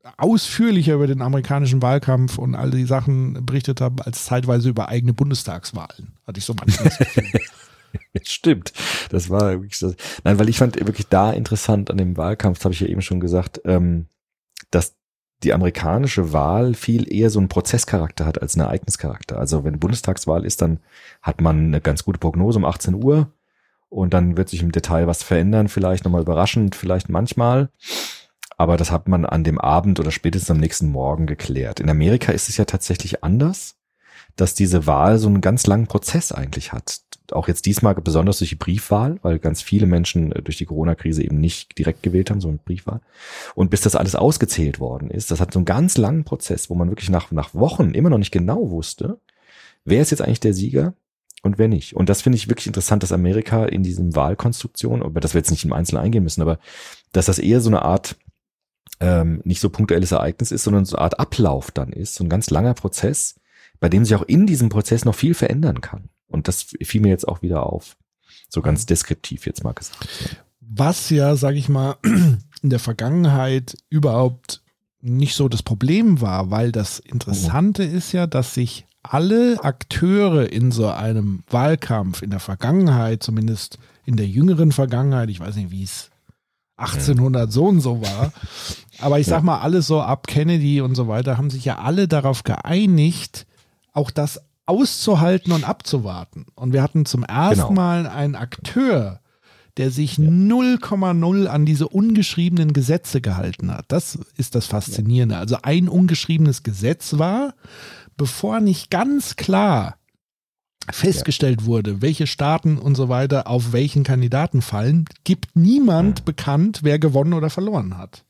ausführlicher über den amerikanischen Wahlkampf und all die Sachen berichtet habe, als zeitweise über eigene Bundestagswahlen. Hatte ich so manchmal das Gefühl. Stimmt. Das war wirklich so. Nein, weil ich fand wirklich da interessant an dem Wahlkampf, das habe ich ja eben schon gesagt, dass die amerikanische Wahl viel eher so einen Prozesscharakter hat als einen Ereignischarakter. Also wenn Bundestagswahl ist, dann hat man eine ganz gute Prognose um 18 Uhr und dann wird sich im Detail was verändern, vielleicht nochmal überraschend, vielleicht manchmal. Aber das hat man an dem Abend oder spätestens am nächsten Morgen geklärt. In Amerika ist es ja tatsächlich anders, dass diese Wahl so einen ganz langen Prozess eigentlich hat. Auch jetzt diesmal besonders durch die Briefwahl, weil ganz viele Menschen durch die Corona-Krise eben nicht direkt gewählt haben, so eine Briefwahl. Und bis das alles ausgezählt worden ist, das hat so einen ganz langen Prozess, wo man wirklich nach Wochen immer noch nicht genau wusste, wer ist jetzt eigentlich der Sieger und wer nicht. Und das finde ich wirklich interessant, dass Amerika in diesem Wahlkonstruktion, über das wir jetzt nicht im Einzelnen eingehen müssen, aber dass das eher so eine Art nicht so punktuelles Ereignis ist, sondern so eine Art Ablauf dann ist, so ein ganz langer Prozess, bei dem sich auch in diesem Prozess noch viel verändern kann. Und das fiel mir jetzt auch wieder auf. So ganz deskriptiv jetzt mal gesagt. Was ja, sage ich mal, in der Vergangenheit überhaupt nicht so das Problem war, weil das Interessante ist ja, dass sich alle Akteure in so einem Wahlkampf in der Vergangenheit, zumindest in der jüngeren Vergangenheit, ich weiß nicht, wie es 1800 so und so war, aber ich sag mal, alles so ab Kennedy und so weiter, haben sich ja alle darauf geeinigt, auch das auszuhalten und abzuwarten. Und wir hatten zum ersten Mal einen Akteur, der sich 0,0 an diese ungeschriebenen Gesetze gehalten hat. Das ist das Faszinierende. Also ein ungeschriebenes Gesetz war, bevor nicht ganz klar festgestellt wurde, welche Staaten und so weiter auf welchen Kandidaten fallen, gibt niemand bekannt, wer gewonnen oder verloren hat.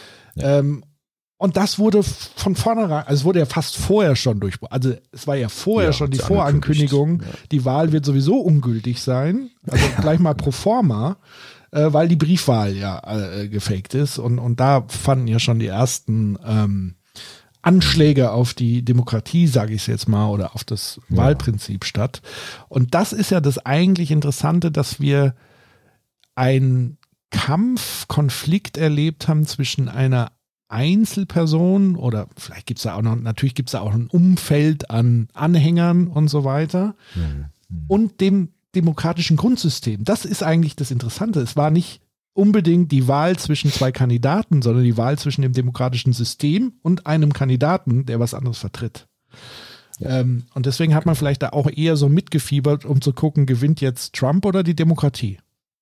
Und das wurde von vornherein, also es wurde ja fast vorher schon also es war ja vorher schon die Vorankündigung, die Wahl wird sowieso ungültig sein, also gleich mal pro forma, weil die Briefwahl gefaked ist und da fanden ja schon die ersten Anschläge auf die Demokratie, sage ich es jetzt mal, oder auf das Wahlprinzip statt. Und das ist ja das eigentlich Interessante, dass wir einen Konflikt erlebt haben zwischen einer Einzelperson oder vielleicht gibt es da auch noch, natürlich gibt es da auch ein Umfeld an Anhängern und so weiter und dem demokratischen Grundsystem. Das ist eigentlich das Interessante. Es war nicht unbedingt die Wahl zwischen zwei Kandidaten, sondern die Wahl zwischen dem demokratischen System und einem Kandidaten, der was anderes vertritt. Und deswegen hat man vielleicht da auch eher so mitgefiebert, um zu gucken, gewinnt jetzt Trump oder die Demokratie?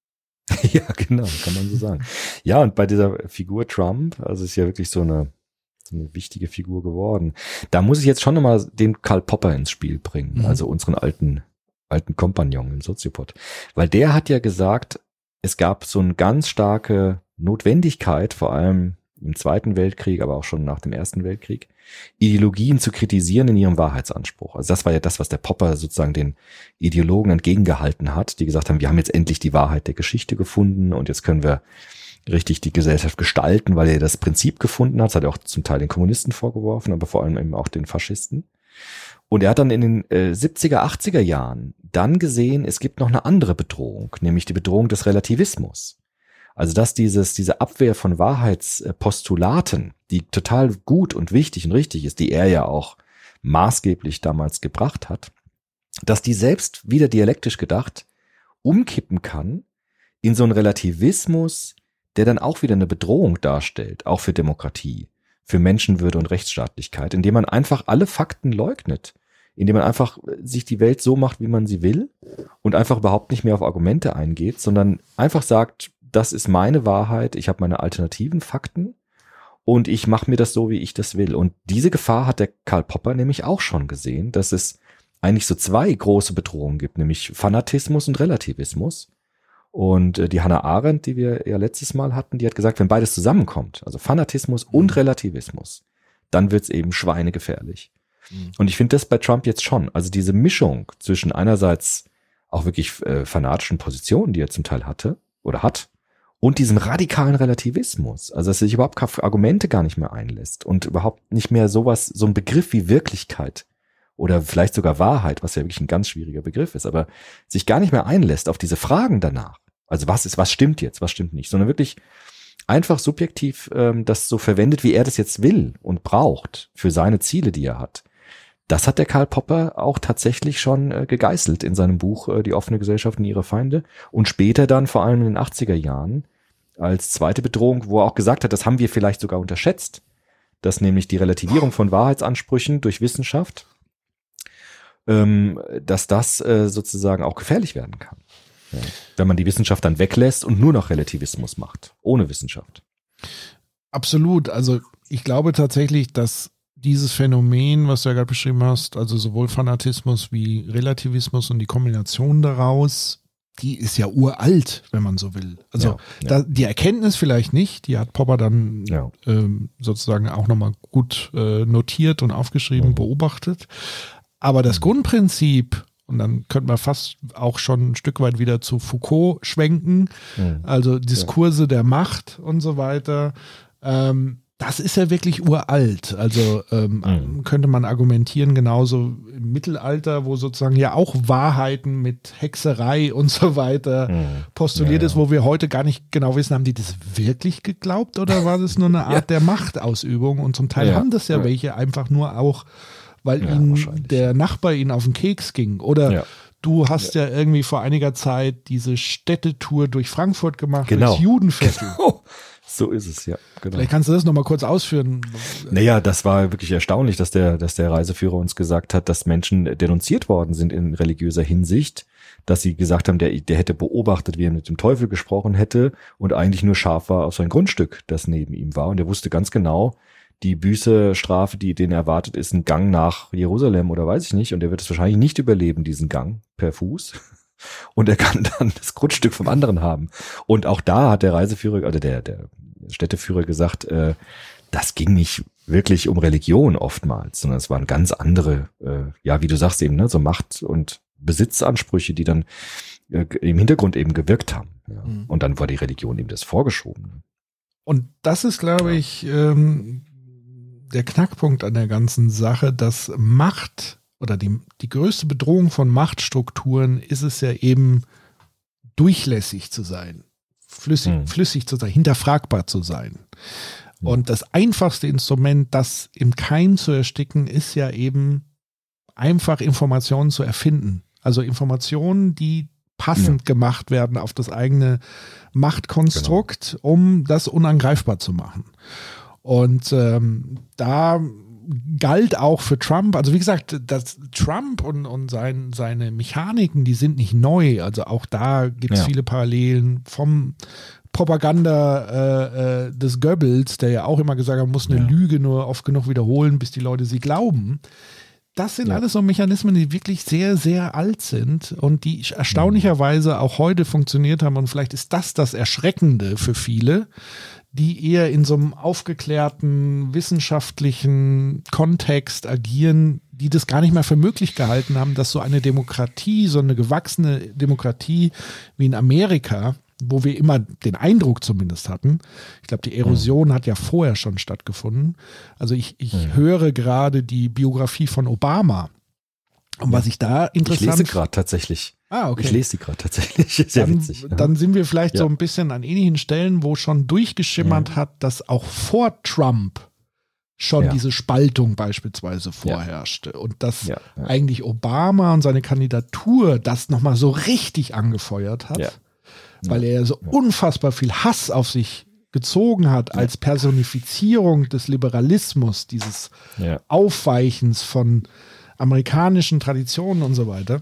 Ja, genau, kann man so sagen. Ja, und bei dieser Figur Trump, also ist ja wirklich so eine wichtige Figur geworden. Da muss ich jetzt schon nochmal den Karl Popper ins Spiel bringen, also unseren alten Kompagnon im Soziopod. Weil der hat ja gesagt, es gab so eine ganz starke Notwendigkeit, vor allem im Zweiten Weltkrieg, aber auch schon nach dem Ersten Weltkrieg, Ideologien zu kritisieren in ihrem Wahrheitsanspruch. Also das war ja das, was der Popper sozusagen den Ideologen entgegengehalten hat, die gesagt haben, wir haben jetzt endlich die Wahrheit der Geschichte gefunden und jetzt können wir richtig die Gesellschaft gestalten, weil er das Prinzip gefunden hat. Das hat er auch zum Teil den Kommunisten vorgeworfen, aber vor allem eben auch den Faschisten. Und er hat dann in den 70er, 80er Jahren dann gesehen, es gibt noch eine andere Bedrohung, nämlich die Bedrohung des Relativismus. Also dass diese Abwehr von Wahrheitspostulaten, die total gut und wichtig und richtig ist, die er ja auch maßgeblich damals gebracht hat, dass die selbst wieder dialektisch gedacht umkippen kann in so einen Relativismus, der dann auch wieder eine Bedrohung darstellt, auch für Demokratie, für Menschenwürde und Rechtsstaatlichkeit, indem man einfach alle Fakten leugnet, indem man einfach sich die Welt so macht, wie man sie will und einfach überhaupt nicht mehr auf Argumente eingeht, sondern einfach sagt, das ist meine Wahrheit, ich habe meine alternativen Fakten und ich mache mir das so, wie ich das will. Und diese Gefahr hat der Karl Popper nämlich auch schon gesehen, dass es eigentlich so zwei große Bedrohungen gibt, nämlich Fanatismus und Relativismus. Und die Hannah Arendt, die wir ja letztes Mal hatten, die hat gesagt, wenn beides zusammenkommt, also Fanatismus und Relativismus, dann wird's eben schweinegefährlich. Und ich finde das bei Trump jetzt schon, also diese Mischung zwischen einerseits auch wirklich fanatischen Positionen, die er zum Teil hatte oder hat, und diesem radikalen Relativismus, also dass er sich überhaupt auf Argumente gar nicht mehr einlässt und überhaupt nicht mehr sowas, so ein Begriff wie Wirklichkeit oder vielleicht sogar Wahrheit, was ja wirklich ein ganz schwieriger Begriff ist, aber sich gar nicht mehr einlässt auf diese Fragen danach. Also was stimmt jetzt, was stimmt nicht, sondern wirklich einfach subjektiv das so verwendet, wie er das jetzt will und braucht für seine Ziele, die er hat. Das hat der Karl Popper auch tatsächlich schon gegeißelt in seinem Buch Die offene Gesellschaft und ihre Feinde und später dann vor allem in den 80er Jahren als zweite Bedrohung, wo er auch gesagt hat, das haben wir vielleicht sogar unterschätzt, dass nämlich die Relativierung von Wahrheitsansprüchen durch Wissenschaft, dass das sozusagen auch gefährlich werden kann. Ja. Wenn man die Wissenschaft dann weglässt und nur noch Relativismus macht, ohne Wissenschaft. Absolut. Also ich glaube tatsächlich, dass dieses Phänomen, was du ja gerade beschrieben hast, also sowohl Fanatismus wie Relativismus und die Kombination daraus, die ist ja uralt, wenn man so will. Also die Erkenntnis vielleicht nicht, die hat Popper dann sozusagen auch nochmal gut notiert und aufgeschrieben, beobachtet. Aber das Grundprinzip, und dann könnte man fast auch schon ein Stück weit wieder zu Foucault schwenken, also Diskurse der Macht und so weiter, das ist ja wirklich uralt. Also könnte man argumentieren, genauso im Mittelalter, wo sozusagen ja auch Wahrheiten mit Hexerei und so weiter postuliert ist, wo wir heute gar nicht genau wissen, haben die das wirklich geglaubt oder war das nur eine Art der Machtausübung? Und zum Teil haben das ja welche einfach nur auch, weil ihnen der Nachbar ihnen auf den Keks ging. Oder du hast ja irgendwie vor einiger Zeit diese Städtetour durch Frankfurt gemacht, durchs Judenviertel. Genau. So ist es, ja. Genau. Vielleicht kannst du das nochmal kurz ausführen. Naja, das war wirklich erstaunlich, dass der Reiseführer uns gesagt hat, dass Menschen denunziert worden sind in religiöser Hinsicht, dass sie gesagt haben, der hätte beobachtet, wie er mit dem Teufel gesprochen hätte und eigentlich nur scharf war auf sein Grundstück, das neben ihm war. Und er wusste ganz genau, die Büßestrafe, die den erwartet, ist ein Gang nach Jerusalem oder weiß ich nicht. Und er wird es wahrscheinlich nicht überleben, diesen Gang per Fuß. Und er kann dann das Grundstück vom anderen haben. Und auch da hat der Reiseführer, oder der Städteführer gesagt, das ging nicht wirklich um Religion oftmals, sondern es waren ganz andere, wie du sagst eben, ne, so Macht- und Besitzansprüche, die dann im Hintergrund eben gewirkt haben. Ja. Und dann war die Religion eben das vorgeschoben. Und das ist, glaube ich, der Knackpunkt an der ganzen Sache, dass Macht oder die größte Bedrohung von Machtstrukturen ist es ja eben, durchlässig zu sein, flüssig zu sein, hinterfragbar zu sein. Und das einfachste Instrument, das im Keim zu ersticken, ist ja eben einfach Informationen zu erfinden. Also Informationen, die passend gemacht werden auf das eigene Machtkonstrukt, um das unangreifbar zu machen. Und da galt auch für Trump, also wie gesagt, dass Trump und seine Mechaniken, die sind nicht neu. Also auch da gibt es viele Parallelen vom Propaganda des Goebbels, der ja auch immer gesagt hat, man muss eine Lüge nur oft genug wiederholen, bis die Leute sie glauben. Das sind alles so Mechanismen, die wirklich sehr, sehr alt sind und die erstaunlicherweise auch heute funktioniert haben. Und vielleicht ist das Erschreckende für viele, die eher in so einem aufgeklärten, wissenschaftlichen Kontext agieren, die das gar nicht mehr für möglich gehalten haben, dass so eine Demokratie, so eine gewachsene Demokratie wie in Amerika, wo wir immer den Eindruck zumindest hatten, ich glaube, die Erosion hat ja vorher schon stattgefunden. Also ich höre gerade die Biografie von Obama. Und was ich da interessant... Ich lese gerade tatsächlich. Okay. Ich lese die gerade tatsächlich. Sehr witzig. Dann sind wir vielleicht so ein bisschen an ähnlichen Stellen, wo schon durchgeschimmert hat, dass auch vor Trump schon diese Spaltung beispielsweise vorherrschte. Und dass eigentlich Obama und seine Kandidatur das nochmal so richtig angefeuert hat, weil er so unfassbar viel Hass auf sich gezogen hat als Personifizierung des Liberalismus, dieses Aufweichens von amerikanischen Traditionen und so weiter.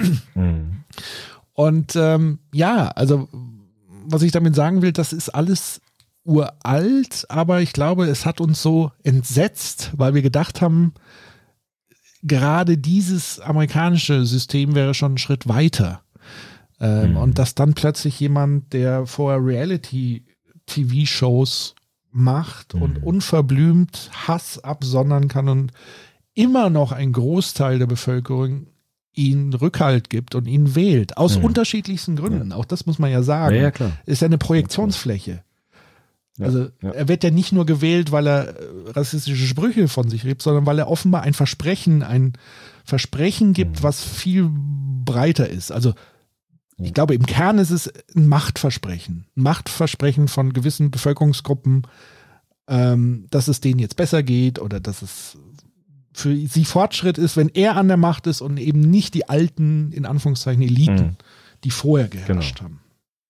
Und also was ich damit sagen will, das ist alles uralt, aber ich glaube, es hat uns so entsetzt, weil wir gedacht haben, gerade dieses amerikanische System wäre schon einen Schritt weiter. Und dass dann plötzlich jemand, der vorher Reality-TV-Shows macht und unverblümt Hass absondern kann und immer noch ein Großteil der Bevölkerung ihn Rückhalt gibt und ihn wählt. Aus unterschiedlichsten Gründen. Auch das muss man ja sagen. Ja, klar. Ist ja eine Projektionsfläche. Also er wird ja nicht nur gewählt, weil er rassistische Sprüche von sich gibt, sondern weil er offenbar ein Versprechen gibt, was viel breiter ist. Also Ich glaube, im Kern ist es ein Machtversprechen. Ein Machtversprechen von gewissen Bevölkerungsgruppen, dass es denen jetzt besser geht oder dass es für sie Fortschritt ist, wenn er an der Macht ist und eben nicht die alten, in Anführungszeichen, Eliten, die vorher geherrscht haben.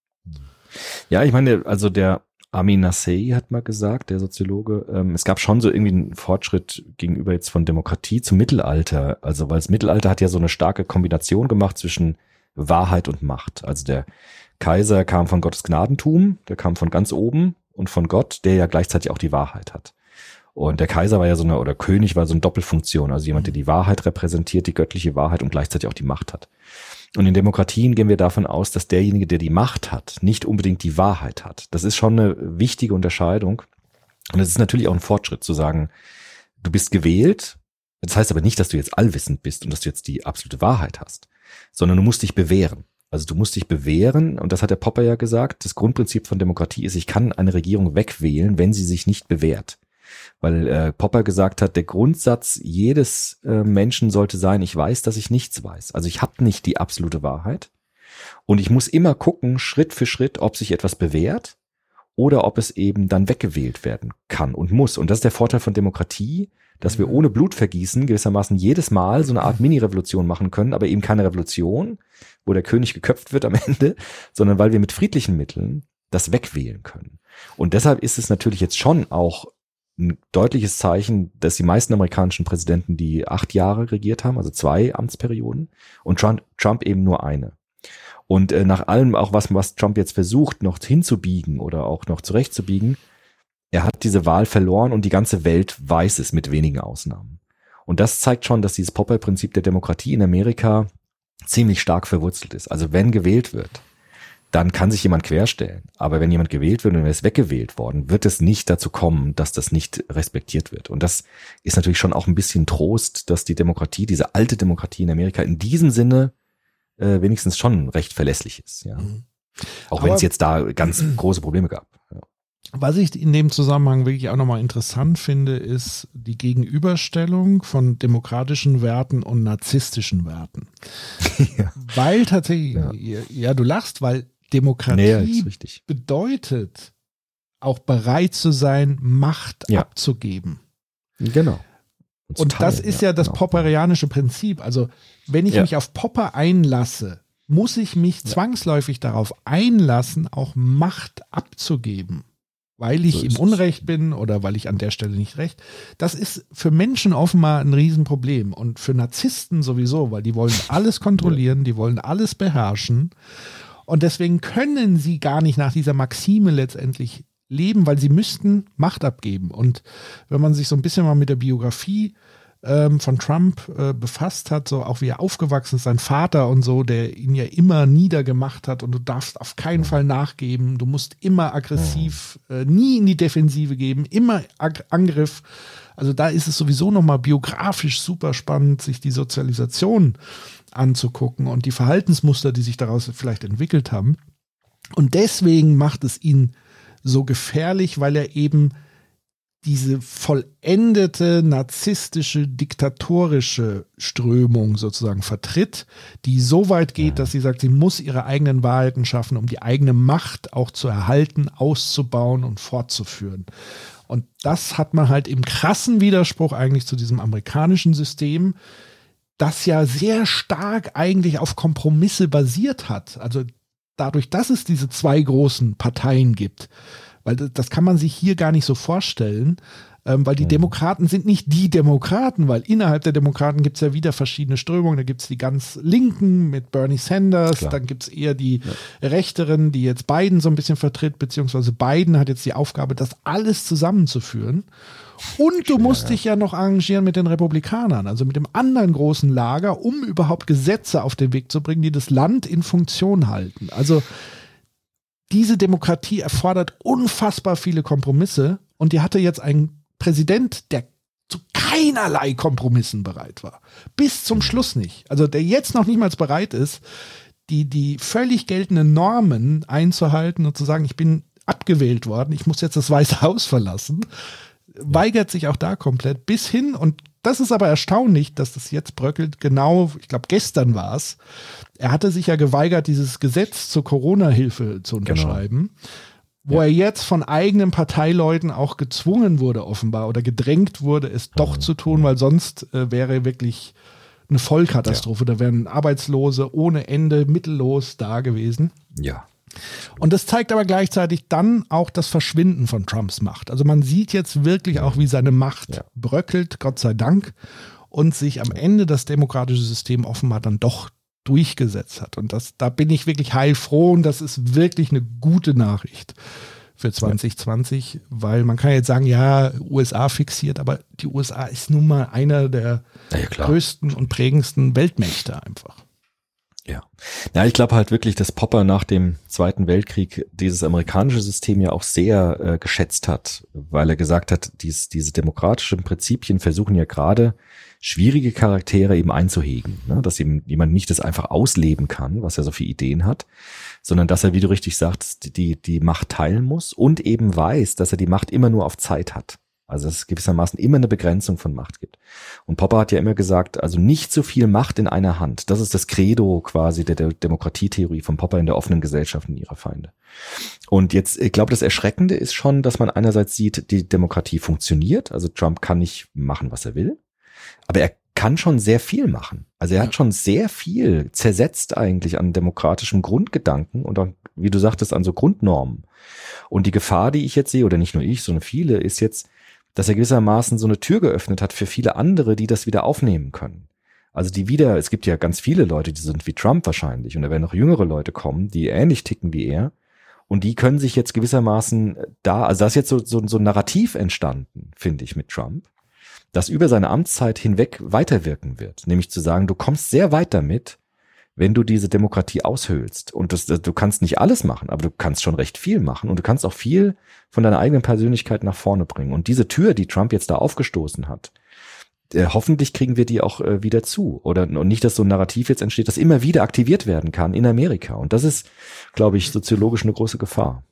Ja, ich meine, also der Amin Nassei hat mal gesagt, der Soziologe, es gab schon so irgendwie einen Fortschritt gegenüber jetzt von Demokratie zum Mittelalter. Also weil das Mittelalter hat ja so eine starke Kombination gemacht zwischen Wahrheit und Macht. Also der Kaiser kam von Gottes Gnadentum, der kam von ganz oben und von Gott, der ja gleichzeitig auch die Wahrheit hat. Und der Kaiser war ja oder König war so eine Doppelfunktion, also jemand, der die Wahrheit repräsentiert, die göttliche Wahrheit und gleichzeitig auch die Macht hat. Und in Demokratien gehen wir davon aus, dass derjenige, der die Macht hat, nicht unbedingt die Wahrheit hat. Das ist schon eine wichtige Unterscheidung. Und es ist natürlich auch ein Fortschritt zu sagen, du bist gewählt. Das heißt aber nicht, dass du jetzt allwissend bist und dass du jetzt die absolute Wahrheit hast, sondern du musst dich bewähren. Also du musst dich bewähren, und das hat der Popper ja gesagt, das Grundprinzip von Demokratie ist, ich kann eine Regierung wegwählen, wenn sie sich nicht bewährt. Weil Popper gesagt hat, der Grundsatz jedes Menschen sollte sein, ich weiß, dass ich nichts weiß. Also ich habe nicht die absolute Wahrheit und ich muss immer gucken, Schritt für Schritt, ob sich etwas bewährt oder ob es eben dann weggewählt werden kann und muss. Und das ist der Vorteil von Demokratie, dass wir ohne Blutvergießen gewissermaßen jedes Mal so eine Art Mini-Revolution machen können, aber eben keine Revolution, wo der König geköpft wird am Ende, sondern weil wir mit friedlichen Mitteln das wegwählen können. Und deshalb ist es natürlich jetzt schon auch ein deutliches Zeichen, dass die meisten amerikanischen Präsidenten die 8 Jahre regiert haben, also 2 Amtsperioden, und Trump eben nur eine. Und nach allem auch, was Trump jetzt versucht, noch hinzubiegen oder auch noch zurechtzubiegen, er hat diese Wahl verloren und die ganze Welt weiß es mit wenigen Ausnahmen. Und das zeigt schon, dass dieses Popper-Prinzip der Demokratie in Amerika ziemlich stark verwurzelt ist. Also wenn gewählt wird, dann kann sich jemand querstellen. Aber wenn jemand gewählt wird und er ist weggewählt worden, wird es nicht dazu kommen, dass das nicht respektiert wird. Und das ist natürlich schon auch ein bisschen Trost, dass die Demokratie, diese alte Demokratie in Amerika in diesem Sinne wenigstens schon recht verlässlich ist. Ja. Auch wenn es jetzt da ganz große Probleme gab. Ja. Was ich in dem Zusammenhang wirklich auch nochmal interessant finde, ist die Gegenüberstellung von demokratischen Werten und narzisstischen Werten. Ja. Weil tatsächlich, ja, du lachst, weil Demokratie bedeutet, auch bereit zu sein, Macht abzugeben. Genau. Und das ist ja das popperianische Prinzip. Also wenn ich mich auf Popper einlasse, muss ich mich zwangsläufig darauf einlassen, auch Macht abzugeben. Weil ich im Unrecht bin oder weil ich an der Stelle nicht recht. Das ist für Menschen offenbar ein Riesenproblem. Und für Narzissten sowieso, weil die wollen alles kontrollieren, die wollen alles beherrschen. Und deswegen können sie gar nicht nach dieser Maxime letztendlich leben, weil sie müssten Macht abgeben. Und wenn man sich so ein bisschen mal mit der Biografie von Trump befasst hat, so auch wie er aufgewachsen ist, sein Vater und so, der ihn ja immer niedergemacht hat, und du darfst auf keinen Fall nachgeben, du musst immer aggressiv, nie in die Defensive geben, immer Angriff. Also da ist es sowieso nochmal biografisch super spannend, sich die Sozialisation anzugucken und die Verhaltensmuster, die sich daraus vielleicht entwickelt haben. Und deswegen macht es ihn so gefährlich, weil er eben diese vollendete, narzisstische, diktatorische Strömung sozusagen vertritt, die so weit geht, dass sie sagt, sie muss ihre eigenen Wahrheiten schaffen, um die eigene Macht auch zu erhalten, auszubauen und fortzuführen. Und das hat man halt im krassen Widerspruch eigentlich zu diesem amerikanischen System, das ja sehr stark eigentlich auf Kompromisse basiert hat. Also dadurch, dass es diese 2 großen Parteien gibt, weil das kann man sich hier gar nicht so vorstellen, weil die Demokraten sind nicht die Demokraten, weil innerhalb der Demokraten gibt es ja wieder verschiedene Strömungen. Da gibt es die ganz Linken mit Bernie Sanders, dann gibt es eher die Rechteren, die jetzt Biden so ein bisschen vertritt, beziehungsweise Biden hat jetzt die Aufgabe, das alles zusammenzuführen. Und du musst dich ja noch arrangieren mit den Republikanern, also mit dem anderen großen Lager, um überhaupt Gesetze auf den Weg zu bringen, die das Land in Funktion halten. Also diese Demokratie erfordert unfassbar viele Kompromisse, und die hatte jetzt einen Präsident, der zu keinerlei Kompromissen bereit war. Bis zum Schluss nicht. Also der jetzt noch nicht mal bereit ist, die völlig geltenden Normen einzuhalten und zu sagen, ich bin abgewählt worden, ich muss jetzt das Weiße Haus verlassen, weigert sich auch da komplett bis hin, und das ist aber erstaunlich, dass das jetzt bröckelt. Genau, ich glaube, gestern war es. Er hatte sich ja geweigert, dieses Gesetz zur Corona-Hilfe zu unterschreiben, wo er jetzt von eigenen Parteileuten auch gezwungen wurde, offenbar, oder gedrängt wurde, es doch zu tun, weil sonst wäre wirklich eine Vollkatastrophe. Da wären Arbeitslose ohne Ende, mittellos da gewesen. Ja. Und das zeigt aber gleichzeitig dann auch das Verschwinden von Trumps Macht. Also man sieht jetzt wirklich auch, wie seine Macht bröckelt, Gott sei Dank, und sich am Ende das demokratische System offenbar dann doch durchgesetzt hat. Und da bin ich wirklich heilfroh, und das ist wirklich eine gute Nachricht für 2020, weil man kann jetzt sagen, ja, USA fixiert, aber die USA ist nun mal einer der größten und prägendsten Weltmächte einfach. Ja, ich glaube halt wirklich, dass Popper nach dem Zweiten Weltkrieg dieses amerikanische System ja auch sehr geschätzt hat, weil er gesagt hat, diese demokratischen Prinzipien versuchen ja gerade schwierige Charaktere eben einzuhegen, ne? Dass eben jemand nicht das einfach ausleben kann, was er so viele Ideen hat, sondern dass er, wie du richtig sagst, die Macht teilen muss und eben weiß, dass er die Macht immer nur auf Zeit hat. Also dass es gewissermaßen immer eine Begrenzung von Macht gibt. Und Popper hat ja immer gesagt, also nicht so viel Macht in einer Hand. Das ist das Credo quasi der Demokratietheorie von Popper in der offenen Gesellschaft und ihrer Feinde. Und jetzt, ich glaube, das Erschreckende ist schon, dass man einerseits sieht, die Demokratie funktioniert. Also Trump kann nicht machen, was er will. Aber er kann schon sehr viel machen. Also er hat schon sehr viel zersetzt eigentlich an demokratischem Grundgedanken und auch, wie du sagtest, an so Grundnormen. Und die Gefahr, die ich jetzt sehe, oder nicht nur ich, sondern viele, ist jetzt, dass er gewissermaßen so eine Tür geöffnet hat für viele andere, die das wieder aufnehmen können. Also es gibt ja ganz viele Leute, die sind wie Trump wahrscheinlich, und da werden noch jüngere Leute kommen, die ähnlich ticken wie er, und die können sich jetzt gewissermaßen also da ist jetzt so ein Narrativ entstanden, finde ich, mit Trump, das über seine Amtszeit hinweg weiterwirken wird, nämlich zu sagen, du kommst sehr weit damit, wenn du diese Demokratie aushöhlst. Und du kannst nicht alles machen, aber du kannst schon recht viel machen, und du kannst auch viel von deiner eigenen Persönlichkeit nach vorne bringen. Und diese Tür, die Trump jetzt da aufgestoßen hat, hoffentlich kriegen wir die auch wieder zu. Und nicht, dass so ein Narrativ jetzt entsteht, das immer wieder aktiviert werden kann in Amerika. Und das ist, glaube ich, soziologisch eine große Gefahr.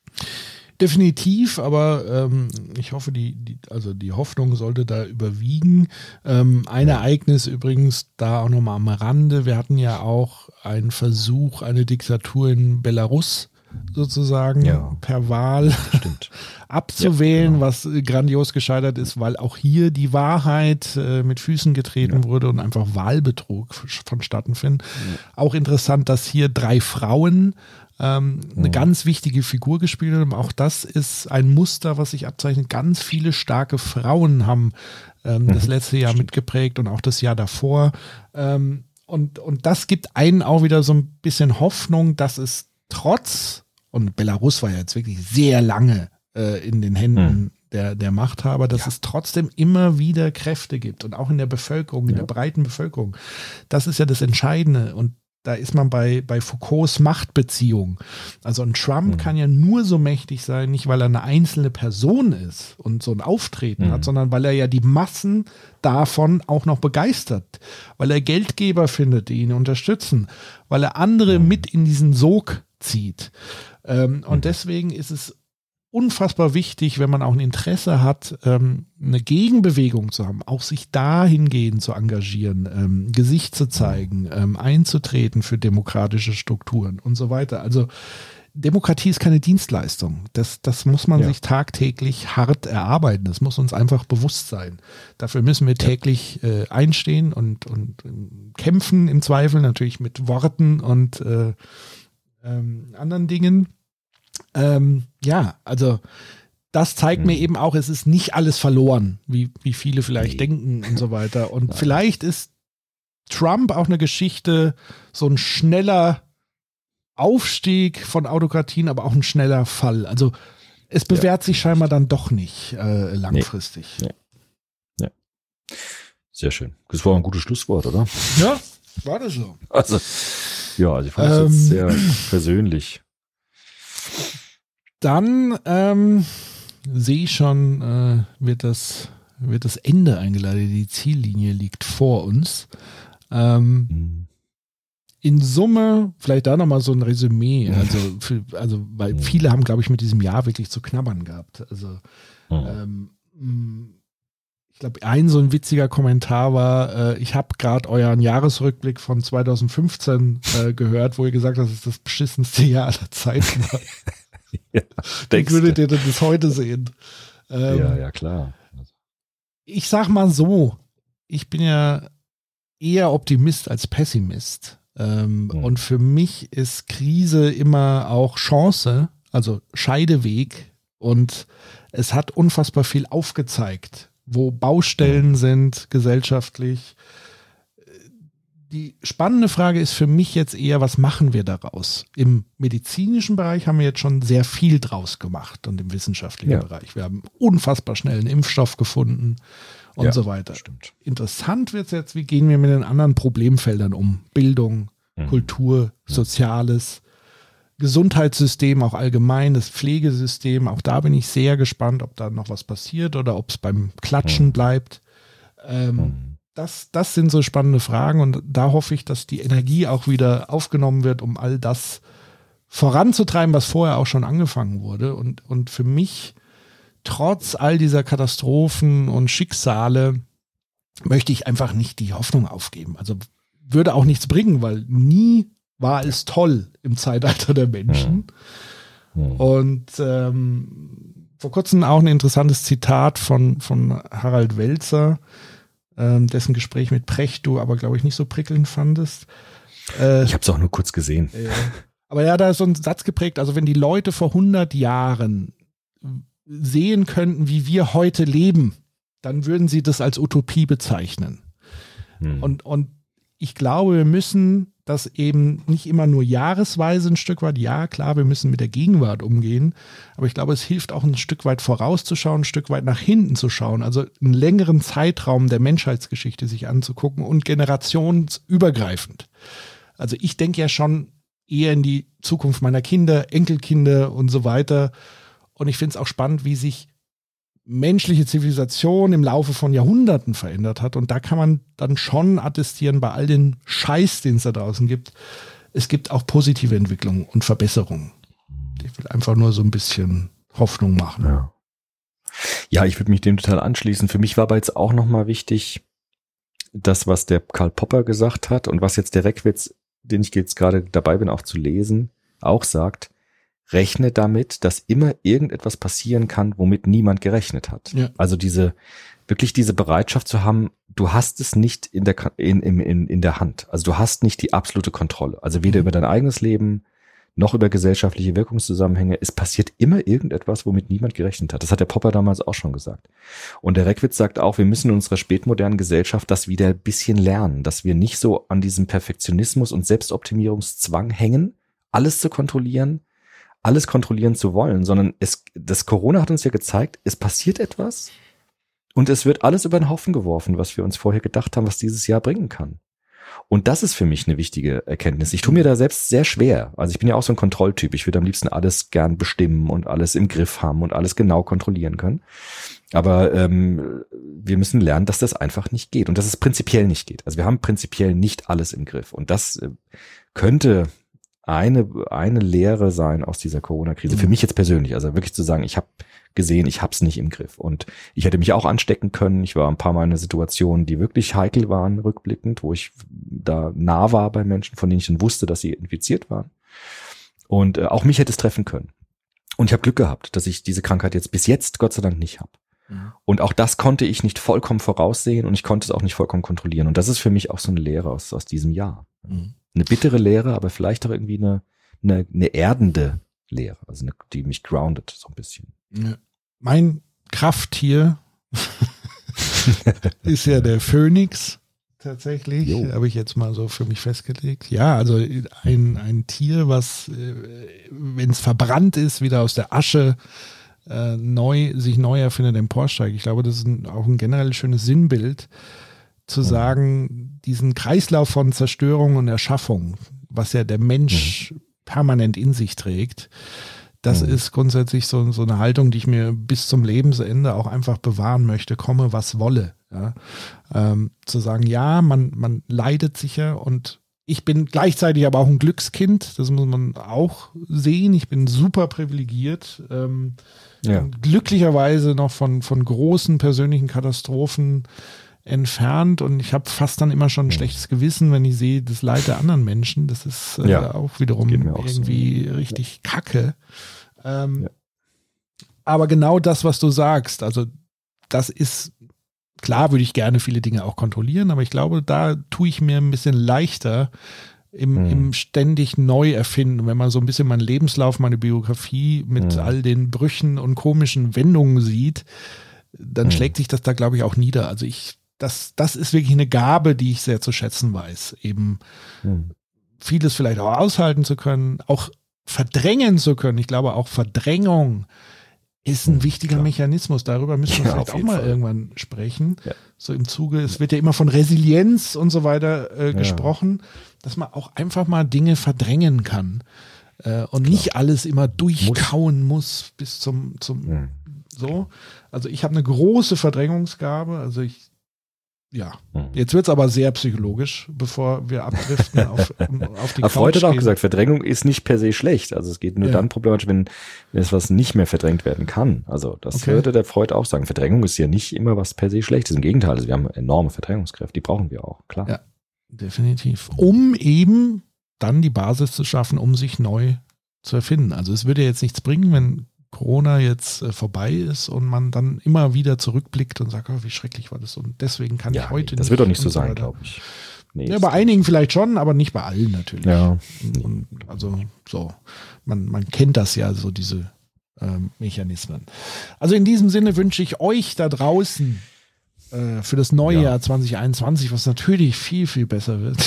Definitiv, aber ich hoffe, die Hoffnung sollte da überwiegen. Ein Ereignis übrigens da auch nochmal am Rande. Wir hatten ja auch einen Versuch, eine Diktatur in Belarus sozusagen per Wahl abzuwählen, was grandios gescheitert ist, weil auch hier die Wahrheit mit Füßen getreten wurde und einfach Wahlbetrug vonstatten findet. Auch interessant, dass hier 3 Frauen eine ganz wichtige Figur gespielt haben. Auch das ist ein Muster, was sich abzeichnet. Ganz viele starke Frauen haben das letzte Jahr mitgeprägt und auch das Jahr davor. Und das gibt einen auch wieder so ein bisschen Hoffnung, dass es und Belarus war ja jetzt wirklich sehr lange in den Händen der Machthaber, dass es trotzdem immer wieder Kräfte gibt, und auch in der Bevölkerung, in der breiten Bevölkerung. Das ist ja das Entscheidende, und da ist man bei Foucaults Machtbeziehung. Also ein Trump kann ja nur so mächtig sein, nicht weil er eine einzelne Person ist und so ein Auftreten hat, sondern weil er ja die Massen davon auch noch begeistert, weil er Geldgeber findet, die ihn unterstützen, weil er andere mit in diesen Sog zieht. Und deswegen ist es unfassbar wichtig, wenn man auch ein Interesse hat, eine Gegenbewegung zu haben, auch sich dahingehend zu engagieren, Gesicht zu zeigen, einzutreten für demokratische Strukturen und so weiter. Also Demokratie ist keine Dienstleistung. Das muss man sich tagtäglich hart erarbeiten. Das muss uns einfach bewusst sein. Dafür müssen wir täglich einstehen und kämpfen, im Zweifel natürlich mit Worten und anderen Dingen. Also das zeigt mir eben auch, es ist nicht alles verloren, wie viele vielleicht denken und so weiter. Und vielleicht ist Trump auch eine Geschichte, so ein schneller Aufstieg von Autokratien, aber auch ein schneller Fall. Also es bewährt sich scheinbar dann doch nicht langfristig. Ja. Sehr schön. Das war ein gutes Schlusswort, oder? Ja, war das so. Also ich fand es jetzt sehr persönlich. Dann sehe ich schon, wird das Ende eingeleitet. Die Ziellinie liegt vor uns. In Summe, vielleicht da nochmal so ein Resümee. Weil viele haben, glaube ich, mit diesem Jahr wirklich zu knabbern gehabt. Also ich Ich glaube, so ein witziger Kommentar war, ich habe gerade euren Jahresrückblick von 2015 gehört, wo ihr gesagt habt, das ist das beschissenste Jahr aller Zeiten war. Ja, Wie würdet ihr denn das heute sehen? Ja, klar. Ich sag mal so, ich bin ja eher Optimist als Pessimist. Und für mich ist Krise immer auch Chance, also Scheideweg. Und es hat unfassbar viel aufgezeigt, wo Baustellen sind gesellschaftlich. Die spannende Frage ist für mich jetzt eher, was machen wir daraus? Im medizinischen Bereich haben wir jetzt schon sehr viel draus gemacht und im wissenschaftlichen Bereich. Wir haben unfassbar schnell einen Impfstoff gefunden und so weiter. Stimmt. Interessant wird es jetzt, wie gehen wir mit den anderen Problemfeldern um? Bildung, Kultur, Soziales, Gesundheitssystem auch allgemein, das Pflegesystem, auch da bin ich sehr gespannt, ob da noch was passiert oder ob es beim Klatschen bleibt. Das sind so spannende Fragen und da hoffe ich, dass die Energie auch wieder aufgenommen wird, um all das voranzutreiben, was vorher auch schon angefangen wurde. Und für mich, trotz all dieser Katastrophen und Schicksale, möchte ich einfach nicht die Hoffnung aufgeben. Also würde auch nichts bringen, weil nie war es toll im Zeitalter der Menschen. Und vor kurzem auch ein interessantes Zitat von Harald Welzer, dessen Gespräch mit Precht du aber, glaube ich, nicht so prickelnd fandest. Ich habe es auch nur kurz gesehen. Aber ja, da ist so ein Satz geprägt, also wenn die Leute vor 100 Jahren sehen könnten, wie wir heute leben, dann würden sie das als Utopie bezeichnen. Und ich glaube, wir müssen das eben nicht immer nur jahresweise ein Stück weit, ja klar, wir müssen mit der Gegenwart umgehen, aber ich glaube, es hilft auch ein Stück weit vorauszuschauen, ein Stück weit nach hinten zu schauen, also einen längeren Zeitraum der Menschheitsgeschichte sich anzugucken und generationsübergreifend. Also ich denke ja schon eher in die Zukunft meiner Kinder, Enkelkinder und so weiter und ich finde es auch spannend, wie sich menschliche Zivilisation im Laufe von Jahrhunderten verändert hat. Und da kann man dann schon attestieren, bei all den Scheiß, den es da draußen gibt, es gibt auch positive Entwicklungen und Verbesserungen. Ich will einfach nur so ein bisschen Hoffnung machen. Ja, ich würde mich dem total anschließen. Für mich war aber jetzt auch nochmal wichtig, das, was der Karl Popper gesagt hat und was jetzt der Reckwitz, den ich jetzt gerade dabei bin, auch zu lesen, auch sagt, rechne damit, dass immer irgendetwas passieren kann, womit niemand gerechnet hat. Ja. Also diese Bereitschaft zu haben, du hast es nicht in der Hand. Also du hast nicht die absolute Kontrolle. Also weder über dein eigenes Leben noch über gesellschaftliche Wirkungszusammenhänge. Es passiert immer irgendetwas, womit niemand gerechnet hat. Das hat der Popper damals auch schon gesagt. Und der Reckwitz sagt auch, wir müssen in unserer spätmodernen Gesellschaft das wieder ein bisschen lernen, dass wir nicht so an diesem Perfektionismus und Selbstoptimierungszwang hängen, alles zu kontrollieren, alles kontrollieren zu wollen, sondern das Corona hat uns ja gezeigt, es passiert etwas und es wird alles über den Haufen geworfen, was wir uns vorher gedacht haben, was dieses Jahr bringen kann. Und das ist für mich eine wichtige Erkenntnis. Ich tue mir da selbst sehr schwer. Also ich bin ja auch so ein Kontrolltyp. Ich würde am liebsten alles gern bestimmen und alles im Griff haben und alles genau kontrollieren können. Aber wir müssen lernen, dass das einfach nicht geht und dass es prinzipiell nicht geht. Also wir haben prinzipiell nicht alles im Griff. Und das könnte eine Lehre sein aus dieser Corona-Krise. Für mich jetzt persönlich. Also wirklich zu sagen, ich habe gesehen, ich habe es nicht im Griff. Und ich hätte mich auch anstecken können. Ich war ein paar Mal in einer Situation, die wirklich heikel waren, rückblickend, wo ich da nah war bei Menschen, von denen ich dann wusste, dass sie infiziert waren. Und auch mich hätte es treffen können. Und ich habe Glück gehabt, dass ich diese Krankheit jetzt bis jetzt Gott sei Dank nicht habe. Und auch das konnte ich nicht vollkommen voraussehen und ich konnte es auch nicht vollkommen kontrollieren. Und das ist für mich auch so eine Lehre aus diesem Jahr. Eine bittere Lehre, aber vielleicht auch irgendwie eine erdende Lehre, also die mich groundet so ein bisschen. Ja. Mein Krafttier ist ja der Phönix tatsächlich, habe ich jetzt mal so für mich festgelegt. Ja, also ein Tier, was, wenn es verbrannt ist, wieder aus der Asche sich neu erfindet, emporsteigt. Ich glaube, das ist auch ein generell schönes Sinnbild, zu sagen, diesen Kreislauf von Zerstörung und Erschaffung, was ja der Mensch permanent in sich trägt, das ist grundsätzlich so eine Haltung, die ich mir bis zum Lebensende auch einfach bewahren möchte, komme was wolle. Ja? Zu sagen, ja, man leidet sicher und Ich bin gleichzeitig aber auch ein Glückskind, das muss man auch sehen. Ich bin super privilegiert. Glücklicherweise noch von großen persönlichen Katastrophen entfernt und ich habe fast dann immer schon ein schlechtes Gewissen, wenn ich sehe das Leid der anderen Menschen. Das ist auch wiederum irgendwie richtig kacke. Aber genau das, was du sagst, also das ist, klar würde ich gerne viele Dinge auch kontrollieren, aber ich glaube, da tue ich mir ein bisschen leichter im ständig neu erfinden. Wenn man so ein bisschen meinen Lebenslauf, meine Biografie mit all den Brüchen und komischen Wendungen sieht, dann schlägt sich das da, glaube ich, auch nieder. Also das ist wirklich eine Gabe, die ich sehr zu schätzen weiß. Eben vieles vielleicht auch aushalten zu können, auch verdrängen zu können. Ich glaube, auch Verdrängung ist ein wichtiger Mechanismus. Darüber müssen wir vielleicht auch mal irgendwann sprechen. Ja. So im Zuge, es wird ja immer von Resilienz und so weiter gesprochen, dass man auch einfach mal Dinge verdrängen kann und nicht alles immer durchkauen muss bis zum so. Also ich habe eine große Verdrängungsgabe. Also jetzt wird es aber sehr psychologisch, bevor wir abdriften auf die Couch. Freud hat auch gesagt, Verdrängung ist nicht per se schlecht. Also es geht nur dann problematisch, wenn es was nicht mehr verdrängt werden kann. Also das würde der Freud auch sagen. Verdrängung ist ja nicht immer was per se Schlechtes. Im Gegenteil, also wir haben enorme Verdrängungskräfte, die brauchen wir auch, klar. Ja, definitiv. Um eben dann die Basis zu schaffen, um sich neu zu erfinden. Also es würde jetzt nichts bringen, wenn Corona jetzt vorbei ist und man dann immer wieder zurückblickt und sagt, wie schrecklich war das und deswegen kann ich heute nicht. Das wird doch nicht so sein, glaube ich. Nee, bei einigen vielleicht schon, aber nicht bei allen natürlich. Ja. Und also so, man kennt das ja, so diese Mechanismen. Also in diesem Sinne wünsche ich euch da draußen für das neue Jahr 2021, was natürlich viel, viel besser wird.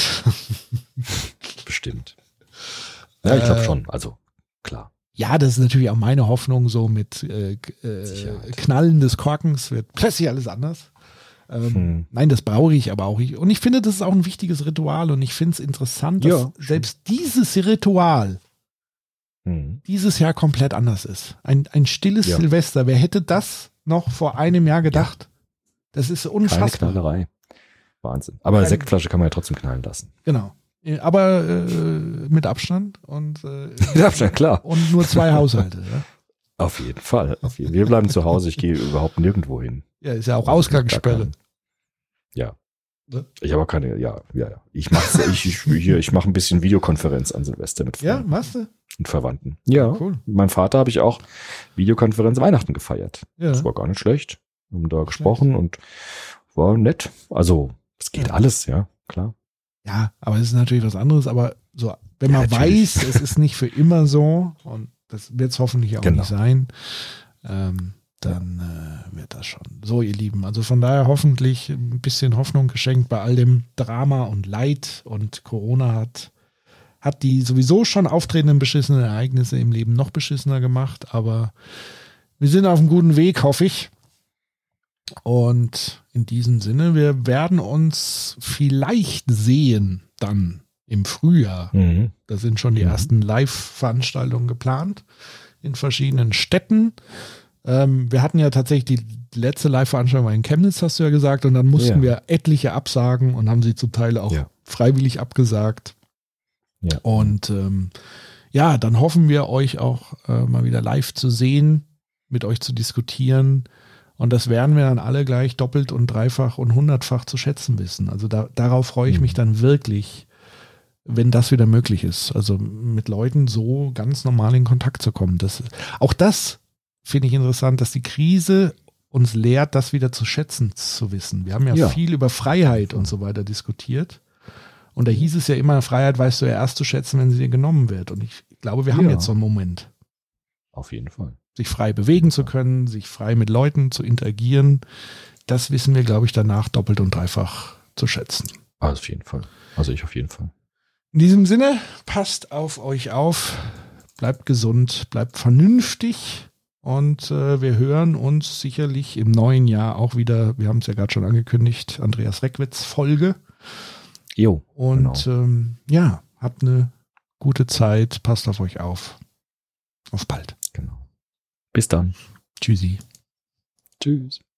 Bestimmt. Ja, ich glaube schon, also klar. Ja, das ist natürlich auch meine Hoffnung, so mit Knallen des Korkens wird plötzlich alles anders. Nein, das brauche ich aber auch. Und ich finde, das ist auch ein wichtiges Ritual und ich finde es interessant, dass selbst dieses Ritual dieses Jahr komplett anders ist. Ein stilles Silvester. Wer hätte das noch vor einem Jahr gedacht? Das ist unfassbar. Keine Knallerei. Wahnsinn. Aber eine Sektflasche kann man ja trotzdem knallen lassen. Genau. Aber mit Abstand und mit Abstand, klar. Und nur 2 Haushalte. Ja? Auf jeden Fall. Wir bleiben zu Hause. Ich gehe überhaupt nirgendwo hin. Ja, ist ja auch Ausgangssperre. Ja. Ich habe auch keine. Ja. Ich mache ein bisschen Videokonferenz an Silvester mit Freunden. Ja, machst du? Und Verwandten. Ja. Cool. Mit meinem Vater habe ich auch Videokonferenz Weihnachten gefeiert. Ja. Das war gar nicht schlecht. Wir haben da gesprochen und war nett. Also es geht alles, ja, klar. Ja, aber es ist natürlich was anderes, aber so, wenn man weiß, es ist nicht für immer so und das wird es hoffentlich auch nicht sein, dann wird das schon. So, ihr Lieben, also von daher hoffentlich ein bisschen Hoffnung geschenkt bei all dem Drama und Leid und Corona hat die sowieso schon auftretenden beschissenen Ereignisse im Leben noch beschissener gemacht, aber wir sind auf einem guten Weg, hoffe ich. Und in diesem Sinne, wir werden uns vielleicht sehen dann im Frühjahr. Da sind schon die ersten Live-Veranstaltungen geplant in verschiedenen Städten. Wir hatten ja tatsächlich die letzte Live-Veranstaltung in Chemnitz, hast du ja gesagt, und dann mussten wir etliche absagen und haben sie zum Teil auch freiwillig abgesagt. Ja. Und dann hoffen wir euch auch mal wieder live zu sehen, mit euch zu diskutieren. Und das werden wir dann alle gleich doppelt und dreifach und 100-fach zu schätzen wissen. Also darauf freue ich mich dann wirklich, wenn das wieder möglich ist. Also mit Leuten so ganz normal in Kontakt zu kommen. Auch das finde ich interessant, dass die Krise uns lehrt, das wieder zu schätzen zu wissen. Wir haben ja viel über Freiheit und so weiter diskutiert. Und da hieß es ja immer, Freiheit weißt du ja erst zu schätzen, wenn sie dir genommen wird. Und ich glaube, wir haben jetzt so einen Moment. Auf jeden Fall. Sich frei bewegen zu können, sich frei mit Leuten zu interagieren, das wissen wir, glaube ich, danach doppelt und dreifach zu schätzen. Auf jeden Fall. Also ich auf jeden Fall. In diesem Sinne, passt auf euch auf, bleibt gesund, bleibt vernünftig und wir hören uns sicherlich im neuen Jahr auch wieder, wir haben es ja gerade schon angekündigt, Andreas Reckwitz Folge. Jo. Und habt eine gute Zeit, passt auf euch auf. Auf bald. Genau. Bis dann. Tschüssi. Tschüss.